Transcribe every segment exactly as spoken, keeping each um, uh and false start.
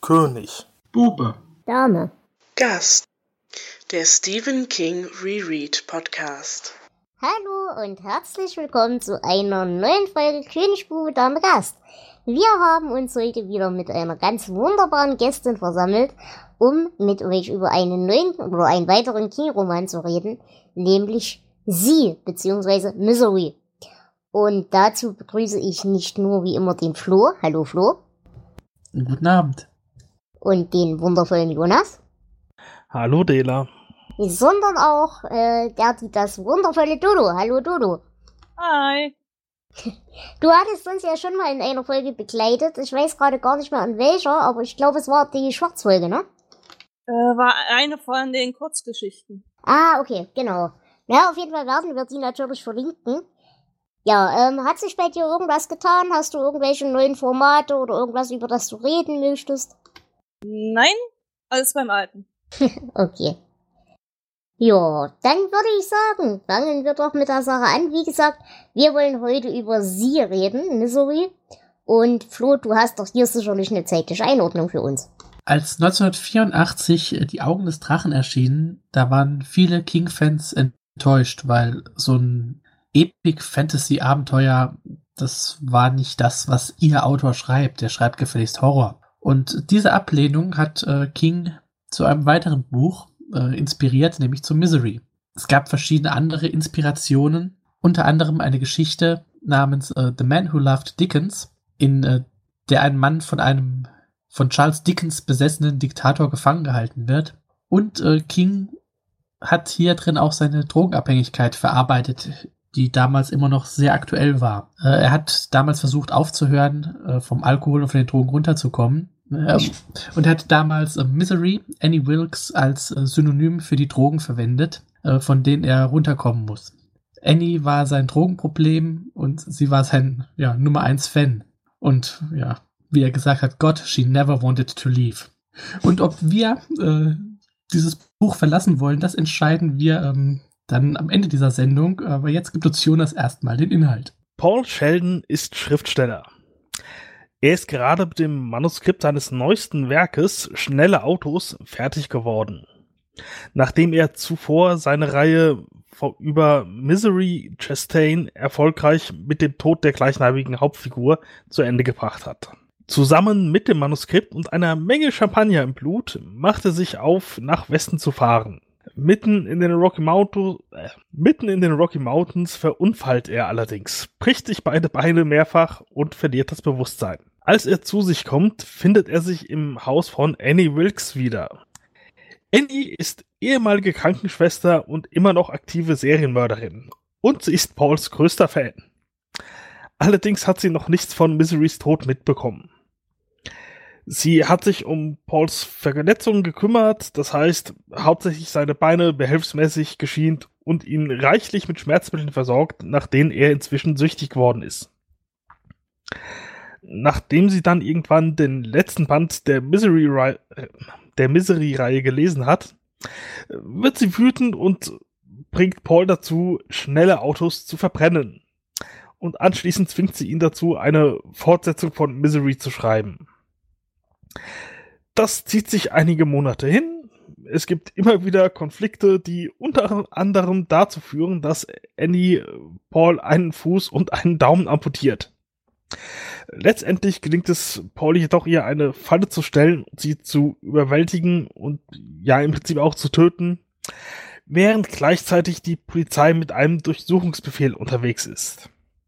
König. Bube. Dame. Gast. Der Stephen King Reread Podcast. Hallo und herzlich willkommen zu einer neuen Folge König, Bube, Dame, Gast. Wir haben uns heute wieder mit einer ganz wunderbaren Gästin versammelt, um mit euch über einen neuen oder einen weiteren King-Roman zu reden, nämlich Sie, beziehungsweise Misery. Und dazu begrüße ich nicht nur wie immer den Flo. Hallo Flo. Guten Abend. Und den wundervollen Jonas. Hallo Dela. Sondern auch äh, der, die das wundervolle Dodo. Hallo Dodo. Hi. Du hattest uns ja schon mal in einer Folge begleitet. Ich weiß gerade gar nicht mehr in welcher, aber ich glaube, es war die Schwarzfolge, ne? Äh, war eine von den Kurzgeschichten. Ah, okay, genau. Ja, auf jeden Fall werden wir die natürlich verlinken. Ja, ähm, hat sich bei dir irgendwas getan? Hast du irgendwelche neuen Formate oder irgendwas, über das du reden möchtest? Nein, alles beim Alten. Okay. Ja, dann würde ich sagen, fangen wir doch mit der Sache an. Wie gesagt, wir wollen heute über Sie reden, Misery. Und Flo, du hast doch hier sicherlich eine zeitliche Einordnung für uns. Als neunzehnhundertvierundachtzig Die Augen des Drachen erschienen, da waren viele King-Fans enttäuscht, weil so ein Epic-Fantasy-Abenteuer, das war nicht das, was ihr Autor schreibt. Der schreibt gefälligst Horror. Und diese Ablehnung hat äh, King zu einem weiteren Buch äh, inspiriert, nämlich zu Misery. Es gab verschiedene andere Inspirationen, unter anderem eine Geschichte namens äh, The Man Who Loved Dickens, in äh, der ein Mann von einem von Charles Dickens besessenen Diktator gefangen gehalten wird. Und äh, King hat hier drin auch seine Drogenabhängigkeit verarbeitet, die damals immer noch sehr aktuell war. Äh, er hat damals versucht aufzuhören, äh, vom Alkohol und von den Drogen runterzukommen. Ähm, und hat damals äh, Misery, Annie Wilkes, als äh, Synonym für die Drogen verwendet, äh, von denen er runterkommen muss. Annie war sein Drogenproblem und sie war sein ja, Nummer eins Fan. Und ja, wie er gesagt hat, God, she never wanted to leave. Und ob wir äh, dieses Buch verlassen wollen, das entscheiden wir ähm, dann am Ende dieser Sendung. Aber jetzt gibt uns Jonas erstmal den Inhalt. Paul Sheldon ist Schriftsteller. Er ist gerade mit dem Manuskript seines neuesten Werkes Schnelle Autos fertig geworden. Nachdem er zuvor seine Reihe über Misery Chastain erfolgreich mit dem Tod der gleichnamigen Hauptfigur zu Ende gebracht hat. Zusammen mit dem Manuskript und einer Menge Champagner im Blut macht er sich auf, nach Westen zu fahren. Mitten in den Rocky Mountains, äh, mitten in den Rocky Mountains verunfallt er allerdings, bricht sich beide Beine mehrfach und verliert das Bewusstsein. Als er zu sich kommt, findet er sich im Haus von Annie Wilkes wieder. Annie ist ehemalige Krankenschwester und immer noch aktive Serienmörderin. Und sie ist Pauls größter Fan. Allerdings hat sie noch nichts von Miserys Tod mitbekommen. Sie hat sich um Pauls Verletzungen gekümmert, das heißt, hauptsächlich seine Beine behelfsmäßig geschient und ihn reichlich mit Schmerzmitteln versorgt, nach denen er inzwischen süchtig geworden ist. Nachdem sie dann irgendwann den letzten Band der Misery-Reihe der Misery-Reihe gelesen hat, wird sie wütend und bringt Paul dazu, schnelle Autos zu verbrennen. Und anschließend zwingt sie ihn dazu, eine Fortsetzung von Misery zu schreiben. Das zieht sich einige Monate hin. Es gibt immer wieder Konflikte, die unter anderem dazu führen, dass Annie Paul einen Fuß und einen Daumen amputiert. Letztendlich gelingt es Paul jedoch, ihr eine Falle zu stellen, sie zu überwältigen und ja im Prinzip auch zu töten, während gleichzeitig die Polizei mit einem Durchsuchungsbefehl unterwegs ist.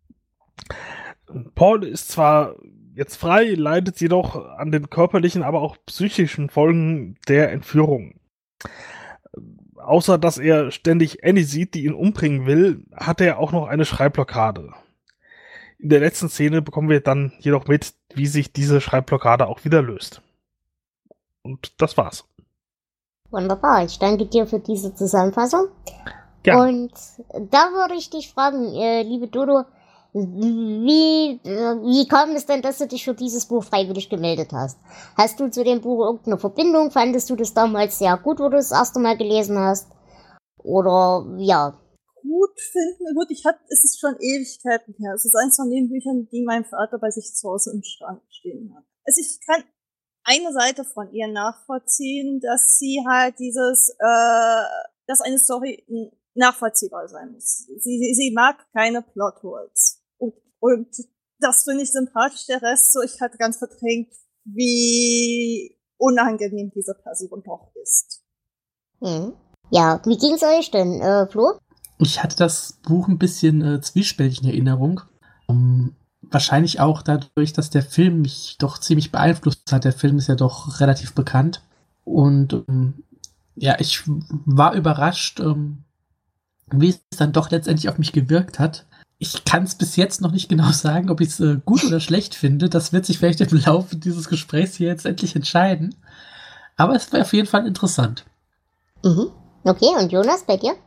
Paul ist zwar jetzt frei, leidet jedoch an den körperlichen, aber auch psychischen Folgen der Entführung. Außer dass er ständig Annie sieht, die ihn umbringen will, hat er auch noch eine Schreibblockade. In der letzten Szene bekommen wir dann jedoch mit, wie sich diese Schreibblockade auch wieder löst. Und das war's. Wunderbar, ich danke dir für diese Zusammenfassung. Ja. Und da würde ich dich fragen, äh, liebe Dodo, wie, äh, wie kam es denn, dass du dich für dieses Buch freiwillig gemeldet hast? Hast du zu dem Buch irgendeine Verbindung? Fandest du das damals sehr gut, wo du das erste Mal gelesen hast? Oder, ja... Gut finden, gut, ich hatte, es ist schon Ewigkeiten her. Es ist eins von den Büchern, die mein Vater bei sich zu Hause im Schrank stehen hat. Also ich kann, eine Seite von ihr nachvollziehen, dass sie halt dieses, äh, dass eine Story nachvollziehbar sein muss. Sie, sie, sie mag keine Plotholes. Und, und das finde ich sympathisch. Der Rest, so, ich hatte ganz verdrängt, wie unangenehm diese Person doch ist. Hm. Ja, wie ging's euch denn, äh, Flo? Ich hatte das Buch ein bisschen äh, zwiespältig in Erinnerung. Um, wahrscheinlich auch dadurch, dass der Film mich doch ziemlich beeinflusst hat. Der Film ist ja doch relativ bekannt. Und um, ja, ich war überrascht, um, wie es dann doch letztendlich auf mich gewirkt hat. Ich kann es bis jetzt noch nicht genau sagen, ob ich es äh, gut oder schlecht finde. Das wird sich vielleicht im Laufe dieses Gesprächs hier jetzt endlich entscheiden. Aber es war auf jeden Fall interessant. Mhm. Okay, und Jonas, bei dir?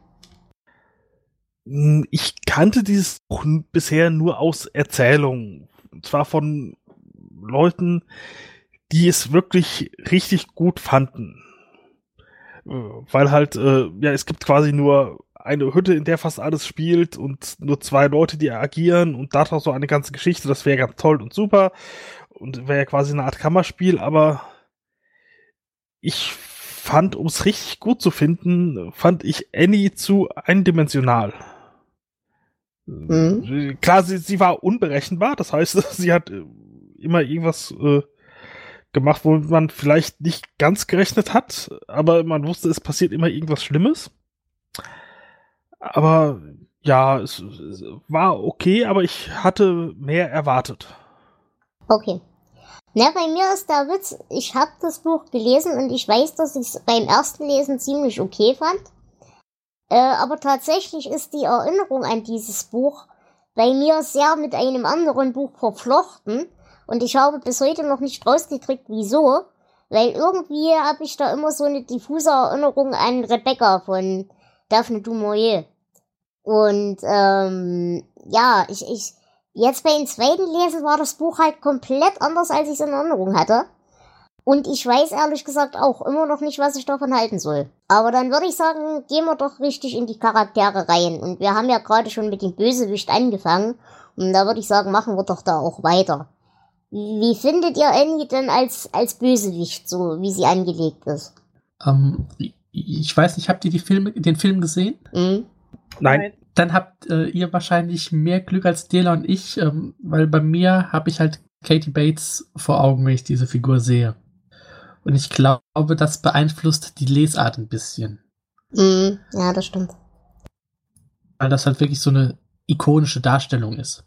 Ich kannte dieses Buch bisher nur aus Erzählungen. Und zwar von Leuten, die es wirklich richtig gut fanden. Weil halt, äh, ja, es gibt quasi nur eine Hütte, in der fast alles spielt und nur zwei Leute, die agieren und daraus so eine ganze Geschichte. Das wäre ganz toll und super und wäre ja quasi eine Art Kammerspiel, aber ich fand, um es richtig gut zu finden, fand ich Annie zu eindimensional. Mhm. Klar, sie, sie war unberechenbar, das heißt, sie hat immer irgendwas äh, gemacht, wo man vielleicht nicht ganz gerechnet hat, aber man wusste, es passiert immer irgendwas Schlimmes. Aber ja, es, es war okay, aber ich hatte mehr erwartet. Okay. Na, bei mir ist der Witz, ich habe das Buch gelesen und ich weiß, dass ich es beim ersten Lesen ziemlich okay fand. Äh, aber tatsächlich ist die Erinnerung an dieses Buch bei mir sehr mit einem anderen Buch verflochten und ich habe bis heute noch nicht rausgekriegt, wieso, weil irgendwie habe ich da immer so eine diffuse Erinnerung an Rebecca von Daphne du Maurier. Und ähm, ja, ich, ich jetzt bei dem zweiten Lesen war das Buch halt komplett anders, als ich es in Erinnerung hatte. Und ich weiß ehrlich gesagt auch immer noch nicht, was ich davon halten soll. Aber dann würde ich sagen, gehen wir doch richtig in die Charaktere rein. Und wir haben ja gerade schon mit dem Bösewicht angefangen. Und da würde ich sagen, machen wir doch da auch weiter. Wie findet ihr Annie denn als, als Bösewicht, so wie sie angelegt ist? Ähm, ich weiß nicht, habt ihr die Filme, den Film gesehen? Mhm. Nein. Dann habt äh, ihr wahrscheinlich mehr Glück als Dela und ich, ähm, weil bei mir habe ich halt Katie Bates vor Augen, wenn ich diese Figur sehe. Und ich glaube, das beeinflusst die Lesart ein bisschen. Mhm. Ja, das stimmt. Weil das halt wirklich so eine ikonische Darstellung ist.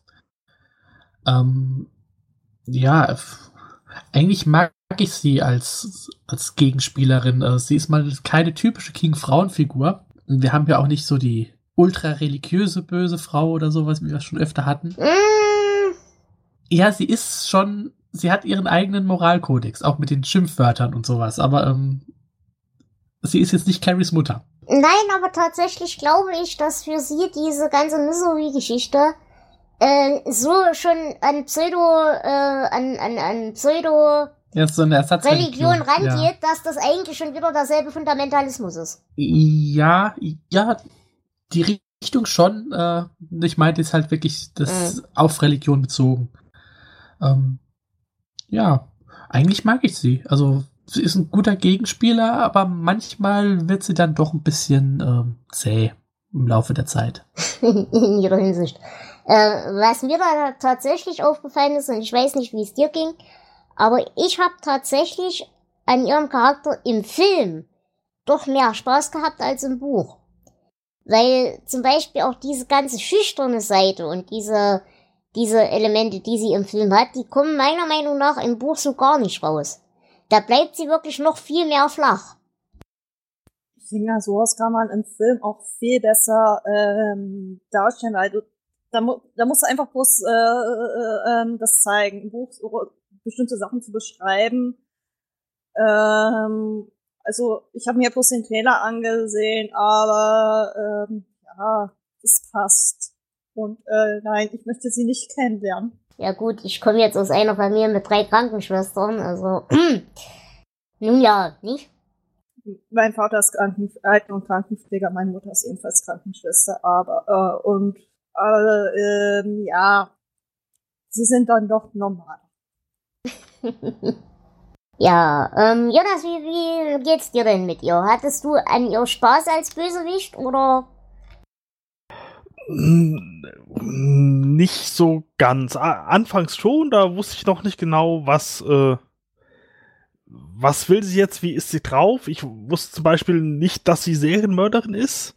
Ähm, ja, f- eigentlich mag ich sie als, als Gegenspielerin. Äh, sie ist mal keine typische King-Frauen-Figur. Wir haben ja auch nicht so die ultra-religiöse böse Frau oder sowas, wie wir es schon öfter hatten. Mhm. Ja, sie ist schon, sie hat ihren eigenen Moralkodex, auch mit den Schimpfwörtern und sowas, aber ähm, sie ist jetzt nicht Carries Mutter. Nein, aber tatsächlich glaube ich, dass für sie diese ganze Misery-Geschichte äh, so schon an Pseudo, äh, an, an, an Pseudo Ja, so eine Ersatzreligion Religion rangeht, ja. Dass das eigentlich schon wieder derselbe Fundamentalismus ist. Ja, ja, die Richtung schon. Äh, ich meinte jetzt halt wirklich das mhm. auf Religion bezogen. Ähm, ja, eigentlich mag ich sie. Also sie ist ein guter Gegenspieler, aber manchmal wird sie dann doch ein bisschen ähm, zäh im Laufe der Zeit. In jeder Hinsicht. Äh, was mir da tatsächlich aufgefallen ist, und ich weiß nicht, wie es dir ging, aber ich habe tatsächlich an ihrem Charakter im Film doch mehr Spaß gehabt als im Buch. Weil zum Beispiel auch diese ganze schüchterne Seite und diese, diese Elemente, die sie im Film hat, die kommen meiner Meinung nach im Buch so gar nicht raus. Da bleibt sie wirklich noch viel mehr flach. Ich denke, sowas kann man im Film auch viel besser ähm, darstellen, weil du, da, mu da musst du einfach bloß äh, äh, äh, das zeigen, im Buch so bestimmte Sachen zu beschreiben. Ähm, also ich habe mir bloß den Trailer angesehen, aber ähm, ja, das passt. Und äh, nein, ich möchte sie nicht kennenlernen. Ja gut, ich komme jetzt aus einer Familie mit drei Krankenschwestern, also nun ja, nicht? Mein Vater ist Kranken Alten- und Krankenpfleger, meine Mutter ist ebenfalls Krankenschwester, aber äh, und äh, ähm, ja, sie sind dann doch normal. Ja, ähm, Jonas, wie, wie geht's dir denn mit ihr? Hattest du an ihr Spaß als Bösewicht oder? Nicht so ganz. A- Anfangs schon, da wusste ich noch nicht genau, was, äh, was will sie jetzt, wie ist sie drauf. Ich wusste zum Beispiel nicht, dass sie Serienmörderin ist.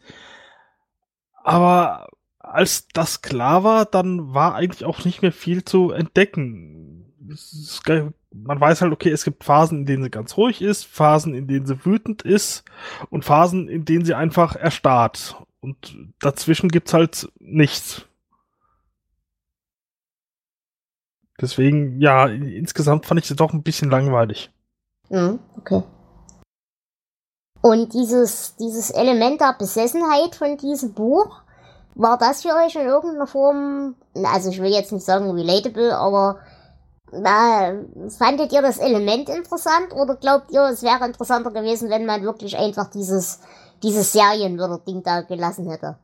Aber als das klar war, dann war eigentlich auch nicht mehr viel zu entdecken. Es ist geil. Man weiß halt, okay, es gibt Phasen, in denen sie ganz ruhig ist, Phasen, in denen sie wütend ist und Phasen, in denen sie einfach erstarrt. Und dazwischen gibt's halt nichts. Deswegen, ja, insgesamt fand ich sie doch ein bisschen langweilig. Mhm, okay. Und dieses, dieses Element der Besessenheit von diesem Buch, war das für euch in irgendeiner Form, also ich will jetzt nicht sagen relatable, aber na, fandet ihr das Element interessant oder glaubt ihr, es wäre interessanter gewesen, wenn man wirklich einfach dieses, dieses Serienmörder-Ding da gelassen hätte?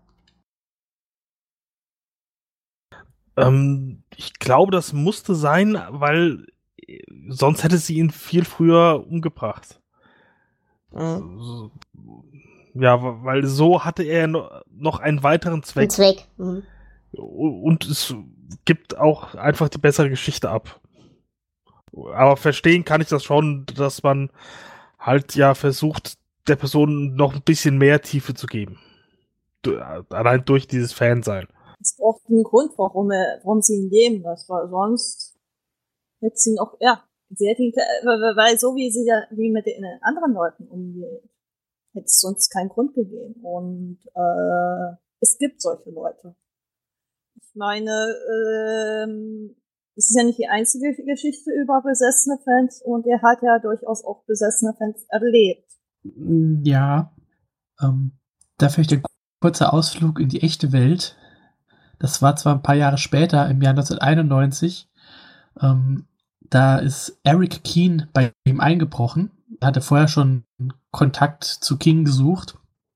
Ähm, ich glaube, das musste sein, weil äh, sonst hätte sie ihn viel früher umgebracht. Mhm. Ja, weil so hatte er no- noch einen weiteren Zweck. Ein Zweck. Mhm. Und es gibt auch einfach die bessere Geschichte ab. Aber verstehen kann ich das schon, dass man halt ja versucht, der Person noch ein bisschen mehr Tiefe zu geben. Du- Allein durch dieses Fansein. Es braucht einen Grund, warum, er, warum sie ihn geben lässt, weil sonst hätte sie ihn auch, ja, sie hätte ihn, weil weil so wie sie da, wie mit den anderen Leuten umgeht, hätte es sonst keinen Grund gegeben. Und äh, es gibt solche Leute. Ich meine, ähm, es ist ja nicht die einzige Geschichte über besessene Fans und er hat ja durchaus auch besessene Fans erlebt. Ja, ähm, da vielleicht ein kurzer Ausflug in die echte Welt. Das war zwar ein paar Jahre später, im Jahr neunzehnhunderteinundneunzig. Ähm, da ist Eric Keane bei ihm eingebrochen. Er hatte vorher schon Kontakt zu King gesucht,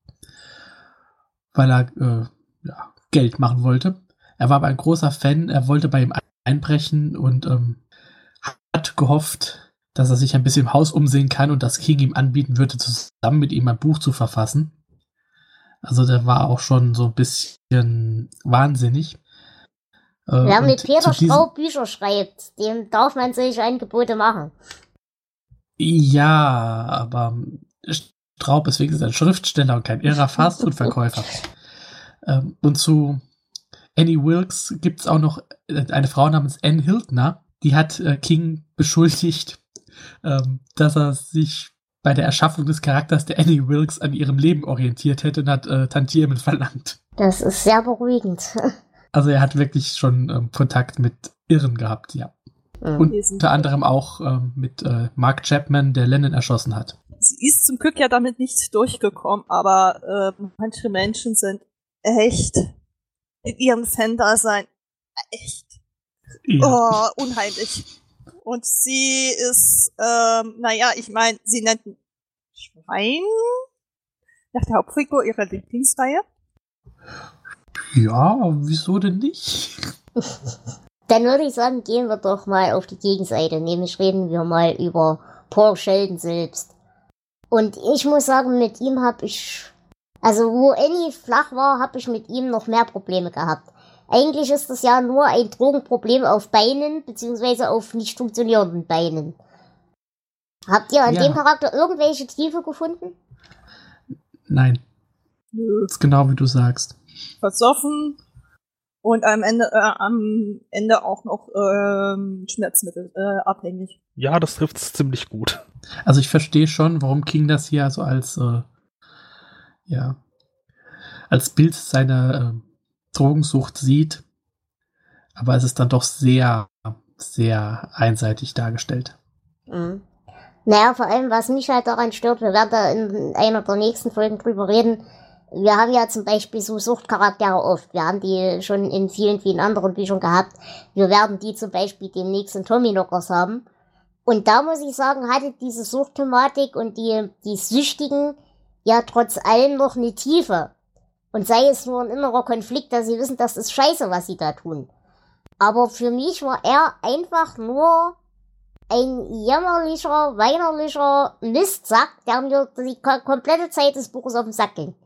weil er äh, ja, Geld machen wollte. Er war aber ein großer Fan, er wollte bei ihm einbrechen und ähm, hat gehofft, dass er sich ein bisschen im Haus umsehen kann und dass King ihm anbieten würde, zusammen mit ihm ein Buch zu verfassen. Also der war auch schon so ein bisschen wahnsinnig. Äh, Wer mit und Peter zu diesem- Straub Bücher schreibt, dem darf man solche Angebote machen. Ja, aber Straub ist wenigstens ein Schriftsteller und kein irrer Fastfood-Verkäufer. ähm, und zu Annie Wilkes gibt es auch noch eine Frau namens Anne Hildner, die hat äh, King beschuldigt, ähm, dass er sich bei der Erschaffung des Charakters der Annie Wilkes an ihrem Leben orientiert hätte und hat äh, Tantiemen verlangt. Das ist sehr beruhigend. Also er hat wirklich schon ähm, Kontakt mit Irren gehabt, ja. Mhm. Und unter anderem auch ähm, mit äh, Mark Chapman, der Lennon erschossen hat. Sie ist zum Glück ja damit nicht durchgekommen, aber äh, manche Menschen sind echt in ihrem Fan-Dasein echt Ja. oh, unheimlich. Und sie ist, ähm, naja, ich meine, sie nennt ein Schwein nach der Hauptfigur ihrer Lieblingsreihe. Ja, wieso denn nicht? Dann würde ich sagen, gehen wir doch mal auf die Gegenseite. Nämlich reden wir mal über Paul Sheldon selbst. Und ich muss sagen, mit ihm habe ich, also wo Annie flach war, habe ich mit ihm noch mehr Probleme gehabt. Eigentlich ist das ja nur ein Drogenproblem auf Beinen, beziehungsweise auf nicht funktionierenden Beinen. Habt ihr an Ja. dem Charakter irgendwelche Tiefe gefunden? Nein, Nö. das ist genau wie du sagst. Versoffen und am Ende, äh, am Ende auch noch ähm, Schmerzmittel äh, abhängig. Ja, das trifft es ziemlich gut. Also ich verstehe schon, warum King das hier so als äh, ja als Bild seiner äh, Drogensucht sieht, aber es ist dann doch sehr, sehr einseitig dargestellt. Mhm. Naja, vor allem, was mich halt daran stört, wir werden da in einer der nächsten Folgen drüber reden. Wir haben ja zum Beispiel so Suchtcharaktere oft. Wir haben die schon in vielen, vielen anderen Büchern gehabt. Wir werden die zum Beispiel demnächst in Tommyknockers haben. Und da muss ich sagen, hatte diese Suchtthematik und die, die Süchtigen ja trotz allem noch eine Tiefe. Und sei es nur ein innerer Konflikt, dass sie wissen, das ist scheiße, was sie da tun. Aber für mich war er einfach nur ein jämmerlicher, weinerlicher Mistsack, der mir die ko- komplette Zeit des Buches auf den Sack ging.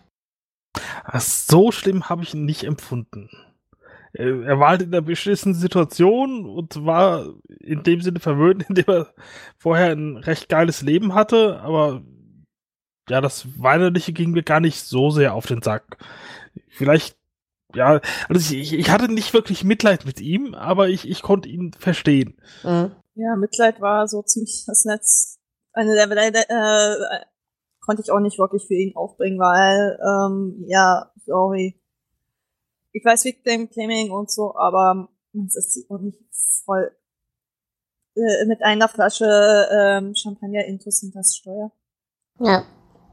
Ach, so schlimm habe ich ihn nicht empfunden. Er er war halt in einer beschissenen Situation und war in dem Sinne verwöhnt, indem er vorher ein recht geiles Leben hatte, aber ja, das Weinerliche ging mir gar nicht so sehr auf den Sack. Vielleicht, ja, also ich, ich hatte nicht wirklich Mitleid mit ihm, aber ich, ich konnte ihn verstehen. Mhm. Ja, Mitleid war so ziemlich das Netz. Eine der, der, der äh, konnte ich auch nicht wirklich für ihn aufbringen, weil, ähm, ja, sorry. Ich weiß Victim Blaming und so, aber es ist auch nicht voll äh, mit einer Flasche ähm, Champagner intus hinter das Steuer. Ja.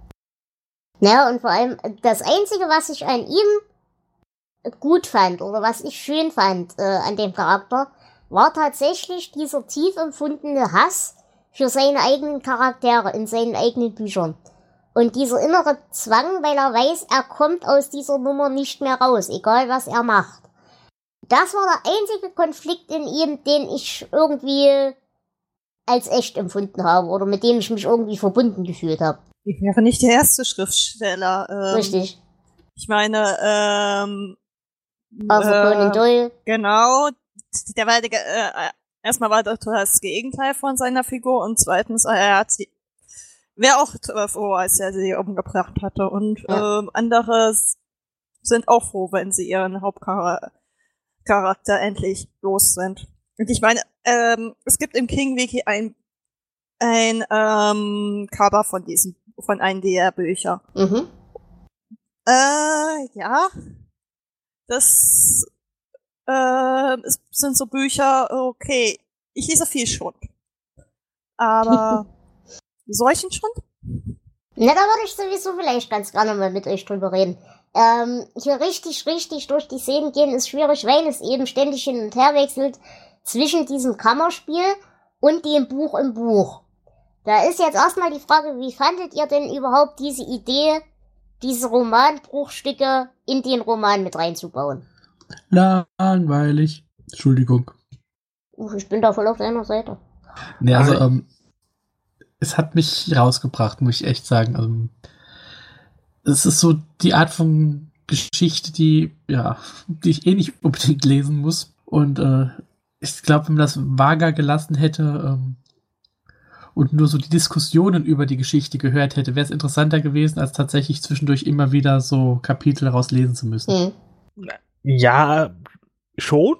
Ja, und vor allem, das Einzige, was ich an ihm gut fand, oder was ich schön fand äh, an dem Charakter, war tatsächlich dieser tief empfundene Hass für seine eigenen Charaktere in seinen eigenen Büchern. Und dieser innere Zwang, weil er weiß, er kommt aus dieser Nummer nicht mehr raus, egal was er macht. Das war der einzige Konflikt in ihm, den ich irgendwie als echt empfunden habe oder mit dem ich mich irgendwie verbunden gefühlt habe. Ich wäre nicht der erste Schriftsteller. Ähm, Richtig. Ich meine, ähm, Also äh, Conan Doyle. genau, der war der, äh, erstmal war das das Gegenteil von seiner Figur und zweitens, äh, er hat sie, wäre auch froh, als er sie umgebracht hatte und Ja. ähm, andere sind auch froh, wenn sie ihren Hauptcharakter Charakter endlich los sind. Und ich meine, ähm, es gibt im King Wiki ein ein ähm, Cover von diesem, von einem der Bücher. Mhm. Äh, ja. Das äh, es sind so Bücher, okay, ich lese viel Schund. Aber solchen Schund? Na, da würde ich sowieso vielleicht ganz gerne mal mit euch drüber reden. Ähm, hier richtig, richtig durch die Szenen gehen ist schwierig, weil es eben ständig hin und her wechselt zwischen diesem Kammerspiel und dem Buch im Buch. Da ist jetzt erstmal die Frage, wie fandet ihr denn überhaupt diese Idee, diese Romanbruchstücke in den Roman mit reinzubauen? Langweilig. Entschuldigung. Uh, ich bin da voll auf deiner Seite. Nee, also, Ah, ähm, es hat mich rausgebracht, muss ich echt sagen. Also, es ist so die Art von Geschichte, die, ja, die ich eh nicht unbedingt lesen muss. Und äh, ich glaube, wenn man das vager gelassen hätte ähm, und nur so die Diskussionen über die Geschichte gehört hätte, wäre es interessanter gewesen, als tatsächlich zwischendurch immer wieder so Kapitel rauslesen zu müssen. Hm. ja, schon.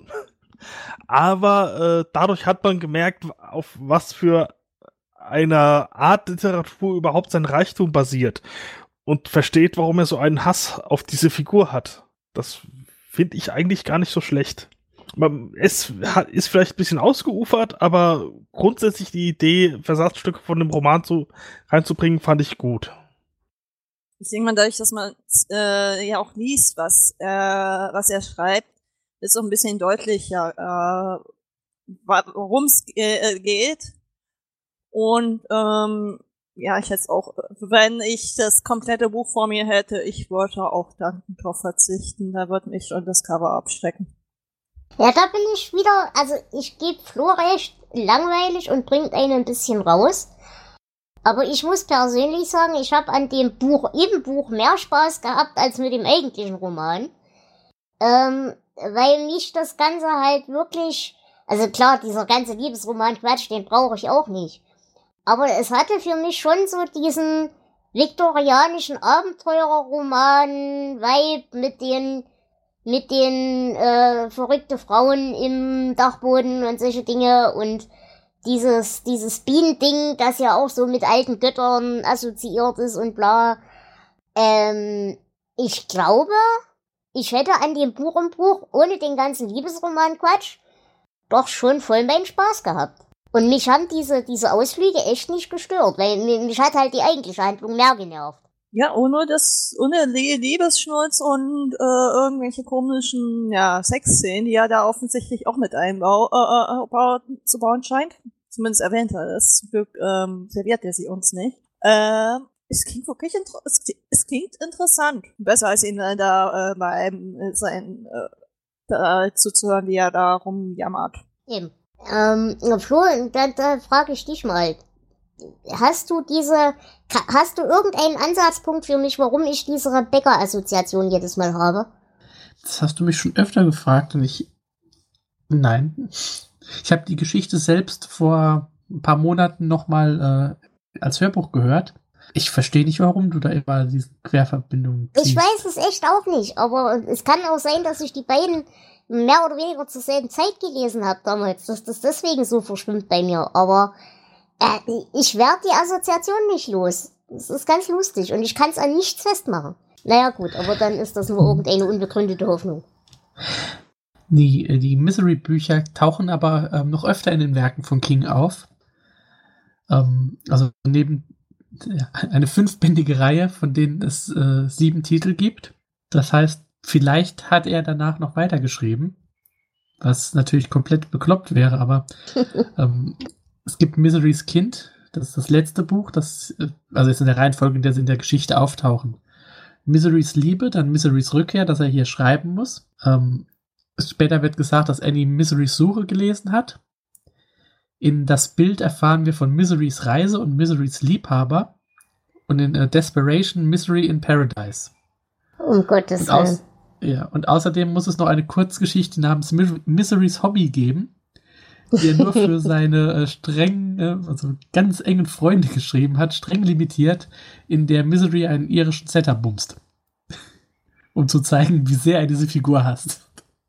Aber äh, dadurch hat man gemerkt, auf was für einer Art Literatur überhaupt sein Reichtum basiert. Und versteht, warum er so einen Hass auf diese Figur hat. Das finde ich eigentlich gar nicht so schlecht. Man- Es hat, ist vielleicht ein bisschen ausgeufert, aber grundsätzlich die Idee, Versatzstücke von dem Roman zu, reinzubringen, fand ich gut. Ich denke mal, dadurch, dass man äh, ja auch liest, was er, was er schreibt, ist so ein bisschen deutlicher, äh, worum es äh, geht. Und ähm, ja, ich hätte auch, wenn ich das komplette Buch vor mir hätte, ich wollte auch dann drauf verzichten. Da wird mich schon das Cover abschrecken. Ja, da bin ich wieder, also ich gebe Flo recht, langweilig und bringt einen ein bisschen raus. Aber ich muss persönlich sagen, ich habe an dem Buch, im Buch mehr Spaß gehabt als mit dem eigentlichen Roman. Ähm, weil mich das Ganze halt wirklich, also klar, dieser ganze Liebesroman-Quatsch, den brauche ich auch nicht. Aber es hatte für mich schon so diesen viktorianischen Abenteuerroman-Vibe mit den mit den äh, verrückte Frauen im Dachboden und solche Dinge und dieses dieses Bienending, das ja auch so mit alten Göttern assoziiert ist und bla. Ähm, ich glaube, ich hätte an dem Buch im Buch ohne den ganzen Liebesroman-Quatsch doch schon voll meinen Spaß gehabt. Und mich haben diese diese Ausflüge echt nicht gestört, weil mich, mich hat halt die eigentliche Handlung mehr genervt. Ja, ohne das, ohne Le- Liebesschnurz und äh, irgendwelche komischen, ja, Sexszenen, die er da offensichtlich auch mit einbau, äh, äh, bau- zu bauen scheint. Zumindest erwähnt er das. Zum Glück ähm, serviert er sie uns nicht. Äh, es klingt wirklich inter- es, klingt- es klingt interessant. Besser als ihn äh, da äh, beim äh, sein äh, da zuzuhören, wie er da rumjammert. Eben. Ähm, Flo, da, da frage ich dich mal. Hast du diese, hast du irgendeinen Ansatzpunkt für mich, warum ich diese Rebecca-Assoziation jedes Mal habe? Das hast du mich schon öfter gefragt und ich, nein. Ich habe die Geschichte selbst vor ein paar Monaten nochmal äh, als Hörbuch gehört. Ich verstehe nicht, warum du da immer diese Querverbindungen ziehst. Ich weiß es echt auch nicht, aber es kann auch sein, dass ich die beiden mehr oder weniger zur selben Zeit gelesen habe damals, dass das deswegen so verschwimmt bei mir. Aber äh, ich werde die Assoziation nicht los. Das ist ganz lustig und ich kann es an nichts festmachen. Naja gut, aber dann ist das nur irgendeine unbegründete Hoffnung. Die, die Misery-Bücher tauchen aber ähm, noch öfter in den Werken von King auf. Ähm, also neben ja, eine fünfbändige Reihe, von denen es äh, sieben Titel gibt. Das heißt, vielleicht hat er danach noch weitergeschrieben, was natürlich komplett bekloppt wäre, aber ähm, es gibt Miserys Kind, das ist das letzte Buch, das, also jetzt in der Reihenfolge, in der sie in der Geschichte auftauchen. Miserys Liebe, dann Miserys Rückkehr, dass er hier schreiben muss. Ähm, später wird gesagt, dass Annie Miserys Suche gelesen hat. In Das Bild erfahren wir von Miserys Reise und Miserys Liebhaber. Und in uh, Desperation, Misery in Paradise. Um Gottes und aus, Willen. Ja, und außerdem muss es noch eine Kurzgeschichte namens Miserys Hobby geben, die er nur für seine äh, streng, äh, also ganz engen Freunde geschrieben hat, streng limitiert, in der Misery einen irischen Setter bumst. Um zu zeigen, wie sehr er diese Figur hasst.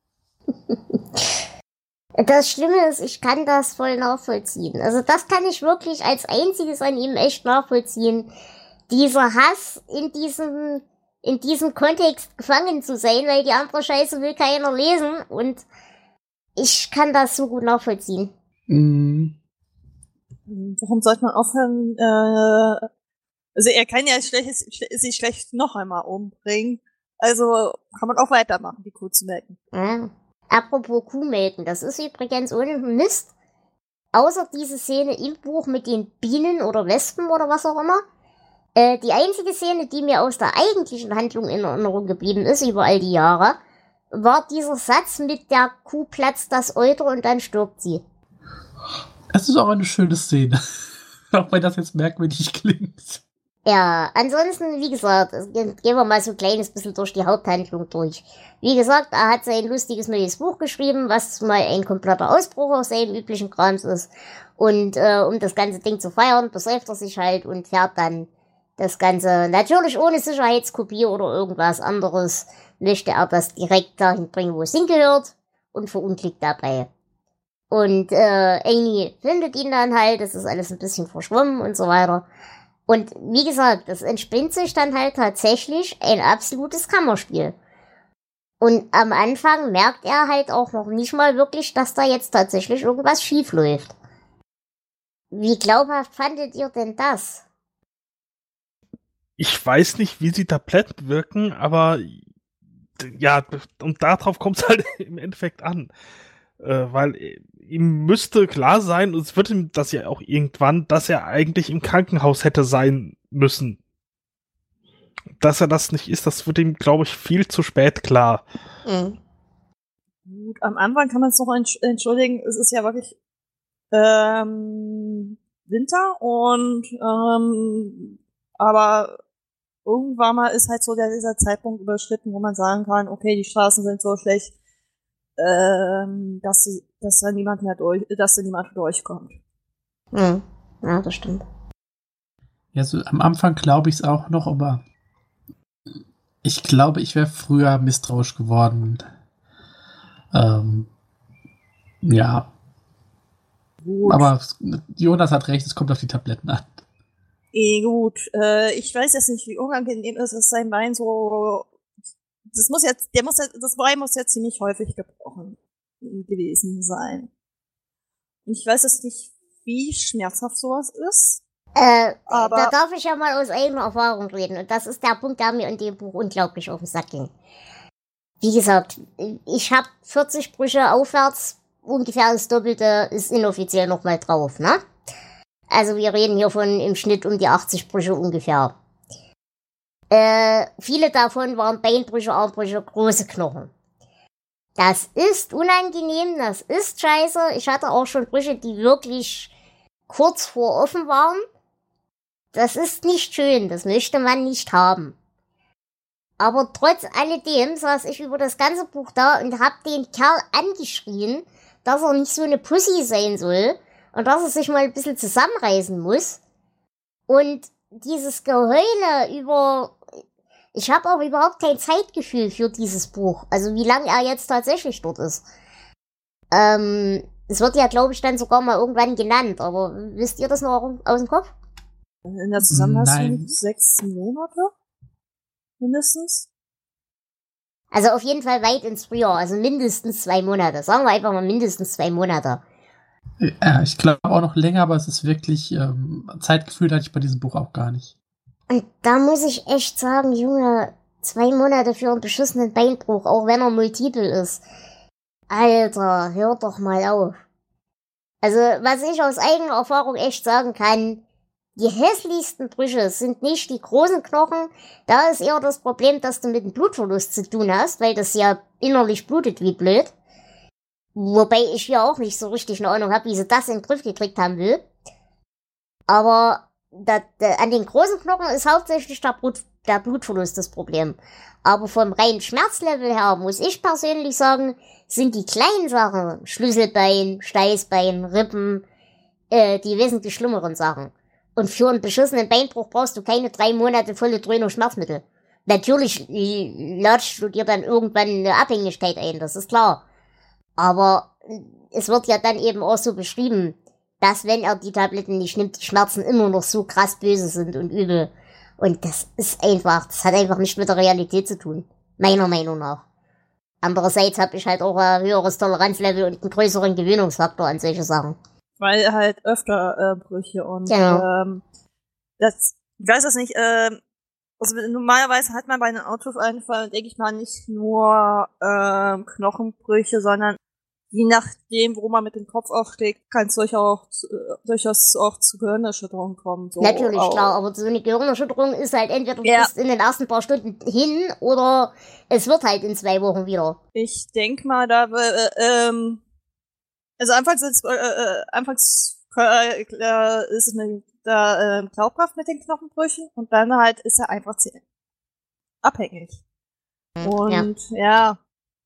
Das Schlimme ist, ich kann das voll nachvollziehen. Also das kann ich wirklich als einziges an ihm echt nachvollziehen. Dieser Hass in diesem, in diesem Kontext gefangen zu sein, weil die andere Scheiße will keiner lesen und ich kann das so gut nachvollziehen. Mm. Warum sollte man aufhören, äh, also er kann ja schlecht, sich schlecht noch einmal umbringen. Also kann man auch weitermachen, die Kuh zu melken. Ja. Apropos Kuhmelken, das ist übrigens ohne Mist, außer diese Szene im Buch mit den Bienen oder Wespen oder was auch immer, äh, die einzige Szene, die mir aus der eigentlichen Handlung in Erinnerung geblieben ist über all die Jahre, war dieser Satz mit der Kuh platzt das Euter und dann stirbt sie. Das ist auch eine schöne Szene, auch wenn das jetzt merkwürdig klingt. Ja, ansonsten, wie gesagt, gehen wir mal so ein kleines bisschen durch die Haupthandlung durch. Wie gesagt, er hat sein lustiges neues Buch geschrieben, was mal ein kompletter Ausbruch aus seinem üblichen Krams ist. Und äh, um das ganze Ding zu feiern, besäuft er sich halt und fährt dann das Ganze, natürlich ohne Sicherheitskopie oder irgendwas anderes, möchte er das direkt dahin bringen, wo es hingehört und verunglückt dabei. Und äh, Annie findet ihn dann halt, das ist alles ein bisschen verschwommen und so weiter. Und wie gesagt, das entspinnt sich dann halt tatsächlich ein absolutes Kammerspiel. Und am Anfang merkt er halt auch noch nicht mal wirklich, dass da jetzt tatsächlich irgendwas schief läuft. Wie glaubhaft fandet ihr denn das? Ich weiß nicht, wie sie da platt wirken, aber ja, und darauf kommt es halt im Endeffekt an. Äh, weil ihm müsste klar sein, und es wird ihm das ja auch irgendwann, dass er eigentlich im Krankenhaus hätte sein müssen. Dass er das nicht ist, das wird ihm, glaube ich, viel zu spät klar. Mhm. Gut, am Anfang kann man es noch entschuldigen, es ist ja wirklich ähm, Winter und ähm, aber irgendwann mal ist halt so der, dieser Zeitpunkt überschritten, wo man sagen kann, okay, die Straßen sind so schlecht, ähm, dass, sie, dass da niemand mehr durch, dass da niemand durchkommt. Mhm. Ja, das stimmt. Ja, so am Anfang glaube ich es auch noch, aber ich glaube, ich wäre früher misstrauisch geworden. Ähm, ja. Gut. Aber Jonas hat recht, es kommt auf die Tabletten an. Eh, gut. Äh, ich weiß jetzt nicht, wie unangenehm ist es, sein Bein so. Das muss jetzt, der muss jetzt, das Bein muss jetzt ziemlich häufig gebrochen gewesen sein. Ich weiß jetzt nicht, wie schmerzhaft sowas ist. Äh, aber da darf ich ja mal aus eigener Erfahrung reden. Und das ist der Punkt, der mir in dem Buch unglaublich auf den Sack ging. Wie gesagt, ich habe vierzig Brüche aufwärts, ungefähr das Doppelte ist inoffiziell nochmal drauf, ne? Also wir reden hier von im Schnitt um die achtzig Brüche ungefähr. Äh, viele davon waren Beinbrüche, Armbrüche, große Knochen. Das ist unangenehm, das ist scheiße. Ich hatte auch schon Brüche, die wirklich kurz vor offen waren. Das ist nicht schön, das möchte man nicht haben. Aber trotz alledem saß ich über das ganze Buch da und hab den Kerl angeschrien, dass er nicht so eine Pussy sein soll und dass er sich mal ein bisschen zusammenreißen muss. Und dieses Geheule über... Ich habe auch überhaupt kein Zeitgefühl für dieses Buch. Also wie lange er jetzt tatsächlich dort ist. Ähm, es wird ja, glaube ich, dann sogar mal irgendwann genannt. Aber wisst ihr das noch aus dem Kopf? In der Zusammenfassung Nein. sechs Monate? Mindestens? Also auf jeden Fall weit ins Frühjahr. Also mindestens zwei Monate. Sagen wir einfach mal mindestens zwei Monate. Ja, ich glaube auch noch länger, aber es ist wirklich, ähm, Zeitgefühl hatte ich bei diesem Buch auch gar nicht. Und da muss ich echt sagen, Junge, zwei Monate für einen beschissenen Beinbruch, auch wenn er multiple ist. Alter, hör doch mal auf. Also, was ich aus eigener Erfahrung echt sagen kann, die hässlichsten Brüche sind nicht die großen Knochen. Da ist eher das Problem, dass du mit einem Blutverlust zu tun hast, weil das ja innerlich blutet wie blöd. Wobei ich hier auch nicht so richtig eine Ahnung habe, wie sie das in den Griff gekriegt haben will. Aber da, da, an den großen Knochen ist hauptsächlich der, Blut, der Blutverlust das Problem. Aber vom reinen Schmerzlevel her, muss ich persönlich sagen, sind die kleinen Sachen, Schlüsselbein, Steißbein, Rippen, äh, die wesentlich schlimmeren Sachen. Und für einen beschissenen Beinbruch brauchst du keine drei Monate volle Dröhnung Schmerzmittel. Natürlich latschst du dir dann irgendwann eine Abhängigkeit ein, das ist klar. Aber es wird ja dann eben auch so beschrieben, dass wenn er die Tabletten nicht nimmt, die Schmerzen immer noch so krass böse sind und übel. Und das ist einfach, das hat einfach nicht mit der Realität zu tun. Meiner Meinung nach. Andererseits habe ich halt auch ein höheres Toleranzlevel und einen größeren Gewöhnungsfaktor an solche Sachen. Weil halt öfter äh, Brüche und Genau. ähm, das, ich weiß das nicht, ähm, also normalerweise hat man bei einem Autounfall, denke ich mal, nicht nur ähm, Knochenbrüche, sondern je nachdem, wo man mit dem Kopf aufschlägt, kann es durchaus, äh, durchaus auch zu Gehirnerschütterungen kommen. So Natürlich, auch. klar, aber so eine Gehirnerschütterung ist halt entweder du Ja. bist in den ersten paar Stunden hin oder es wird halt in zwei Wochen wieder. Ich denk mal, da äh, ähm, also anfangs ist, äh, äh, anfangs äh, äh, ist es mit der äh, glaubhaft mit den Knochenbrüchen und dann halt ist er einfach zu abhängig. Und ja. ja,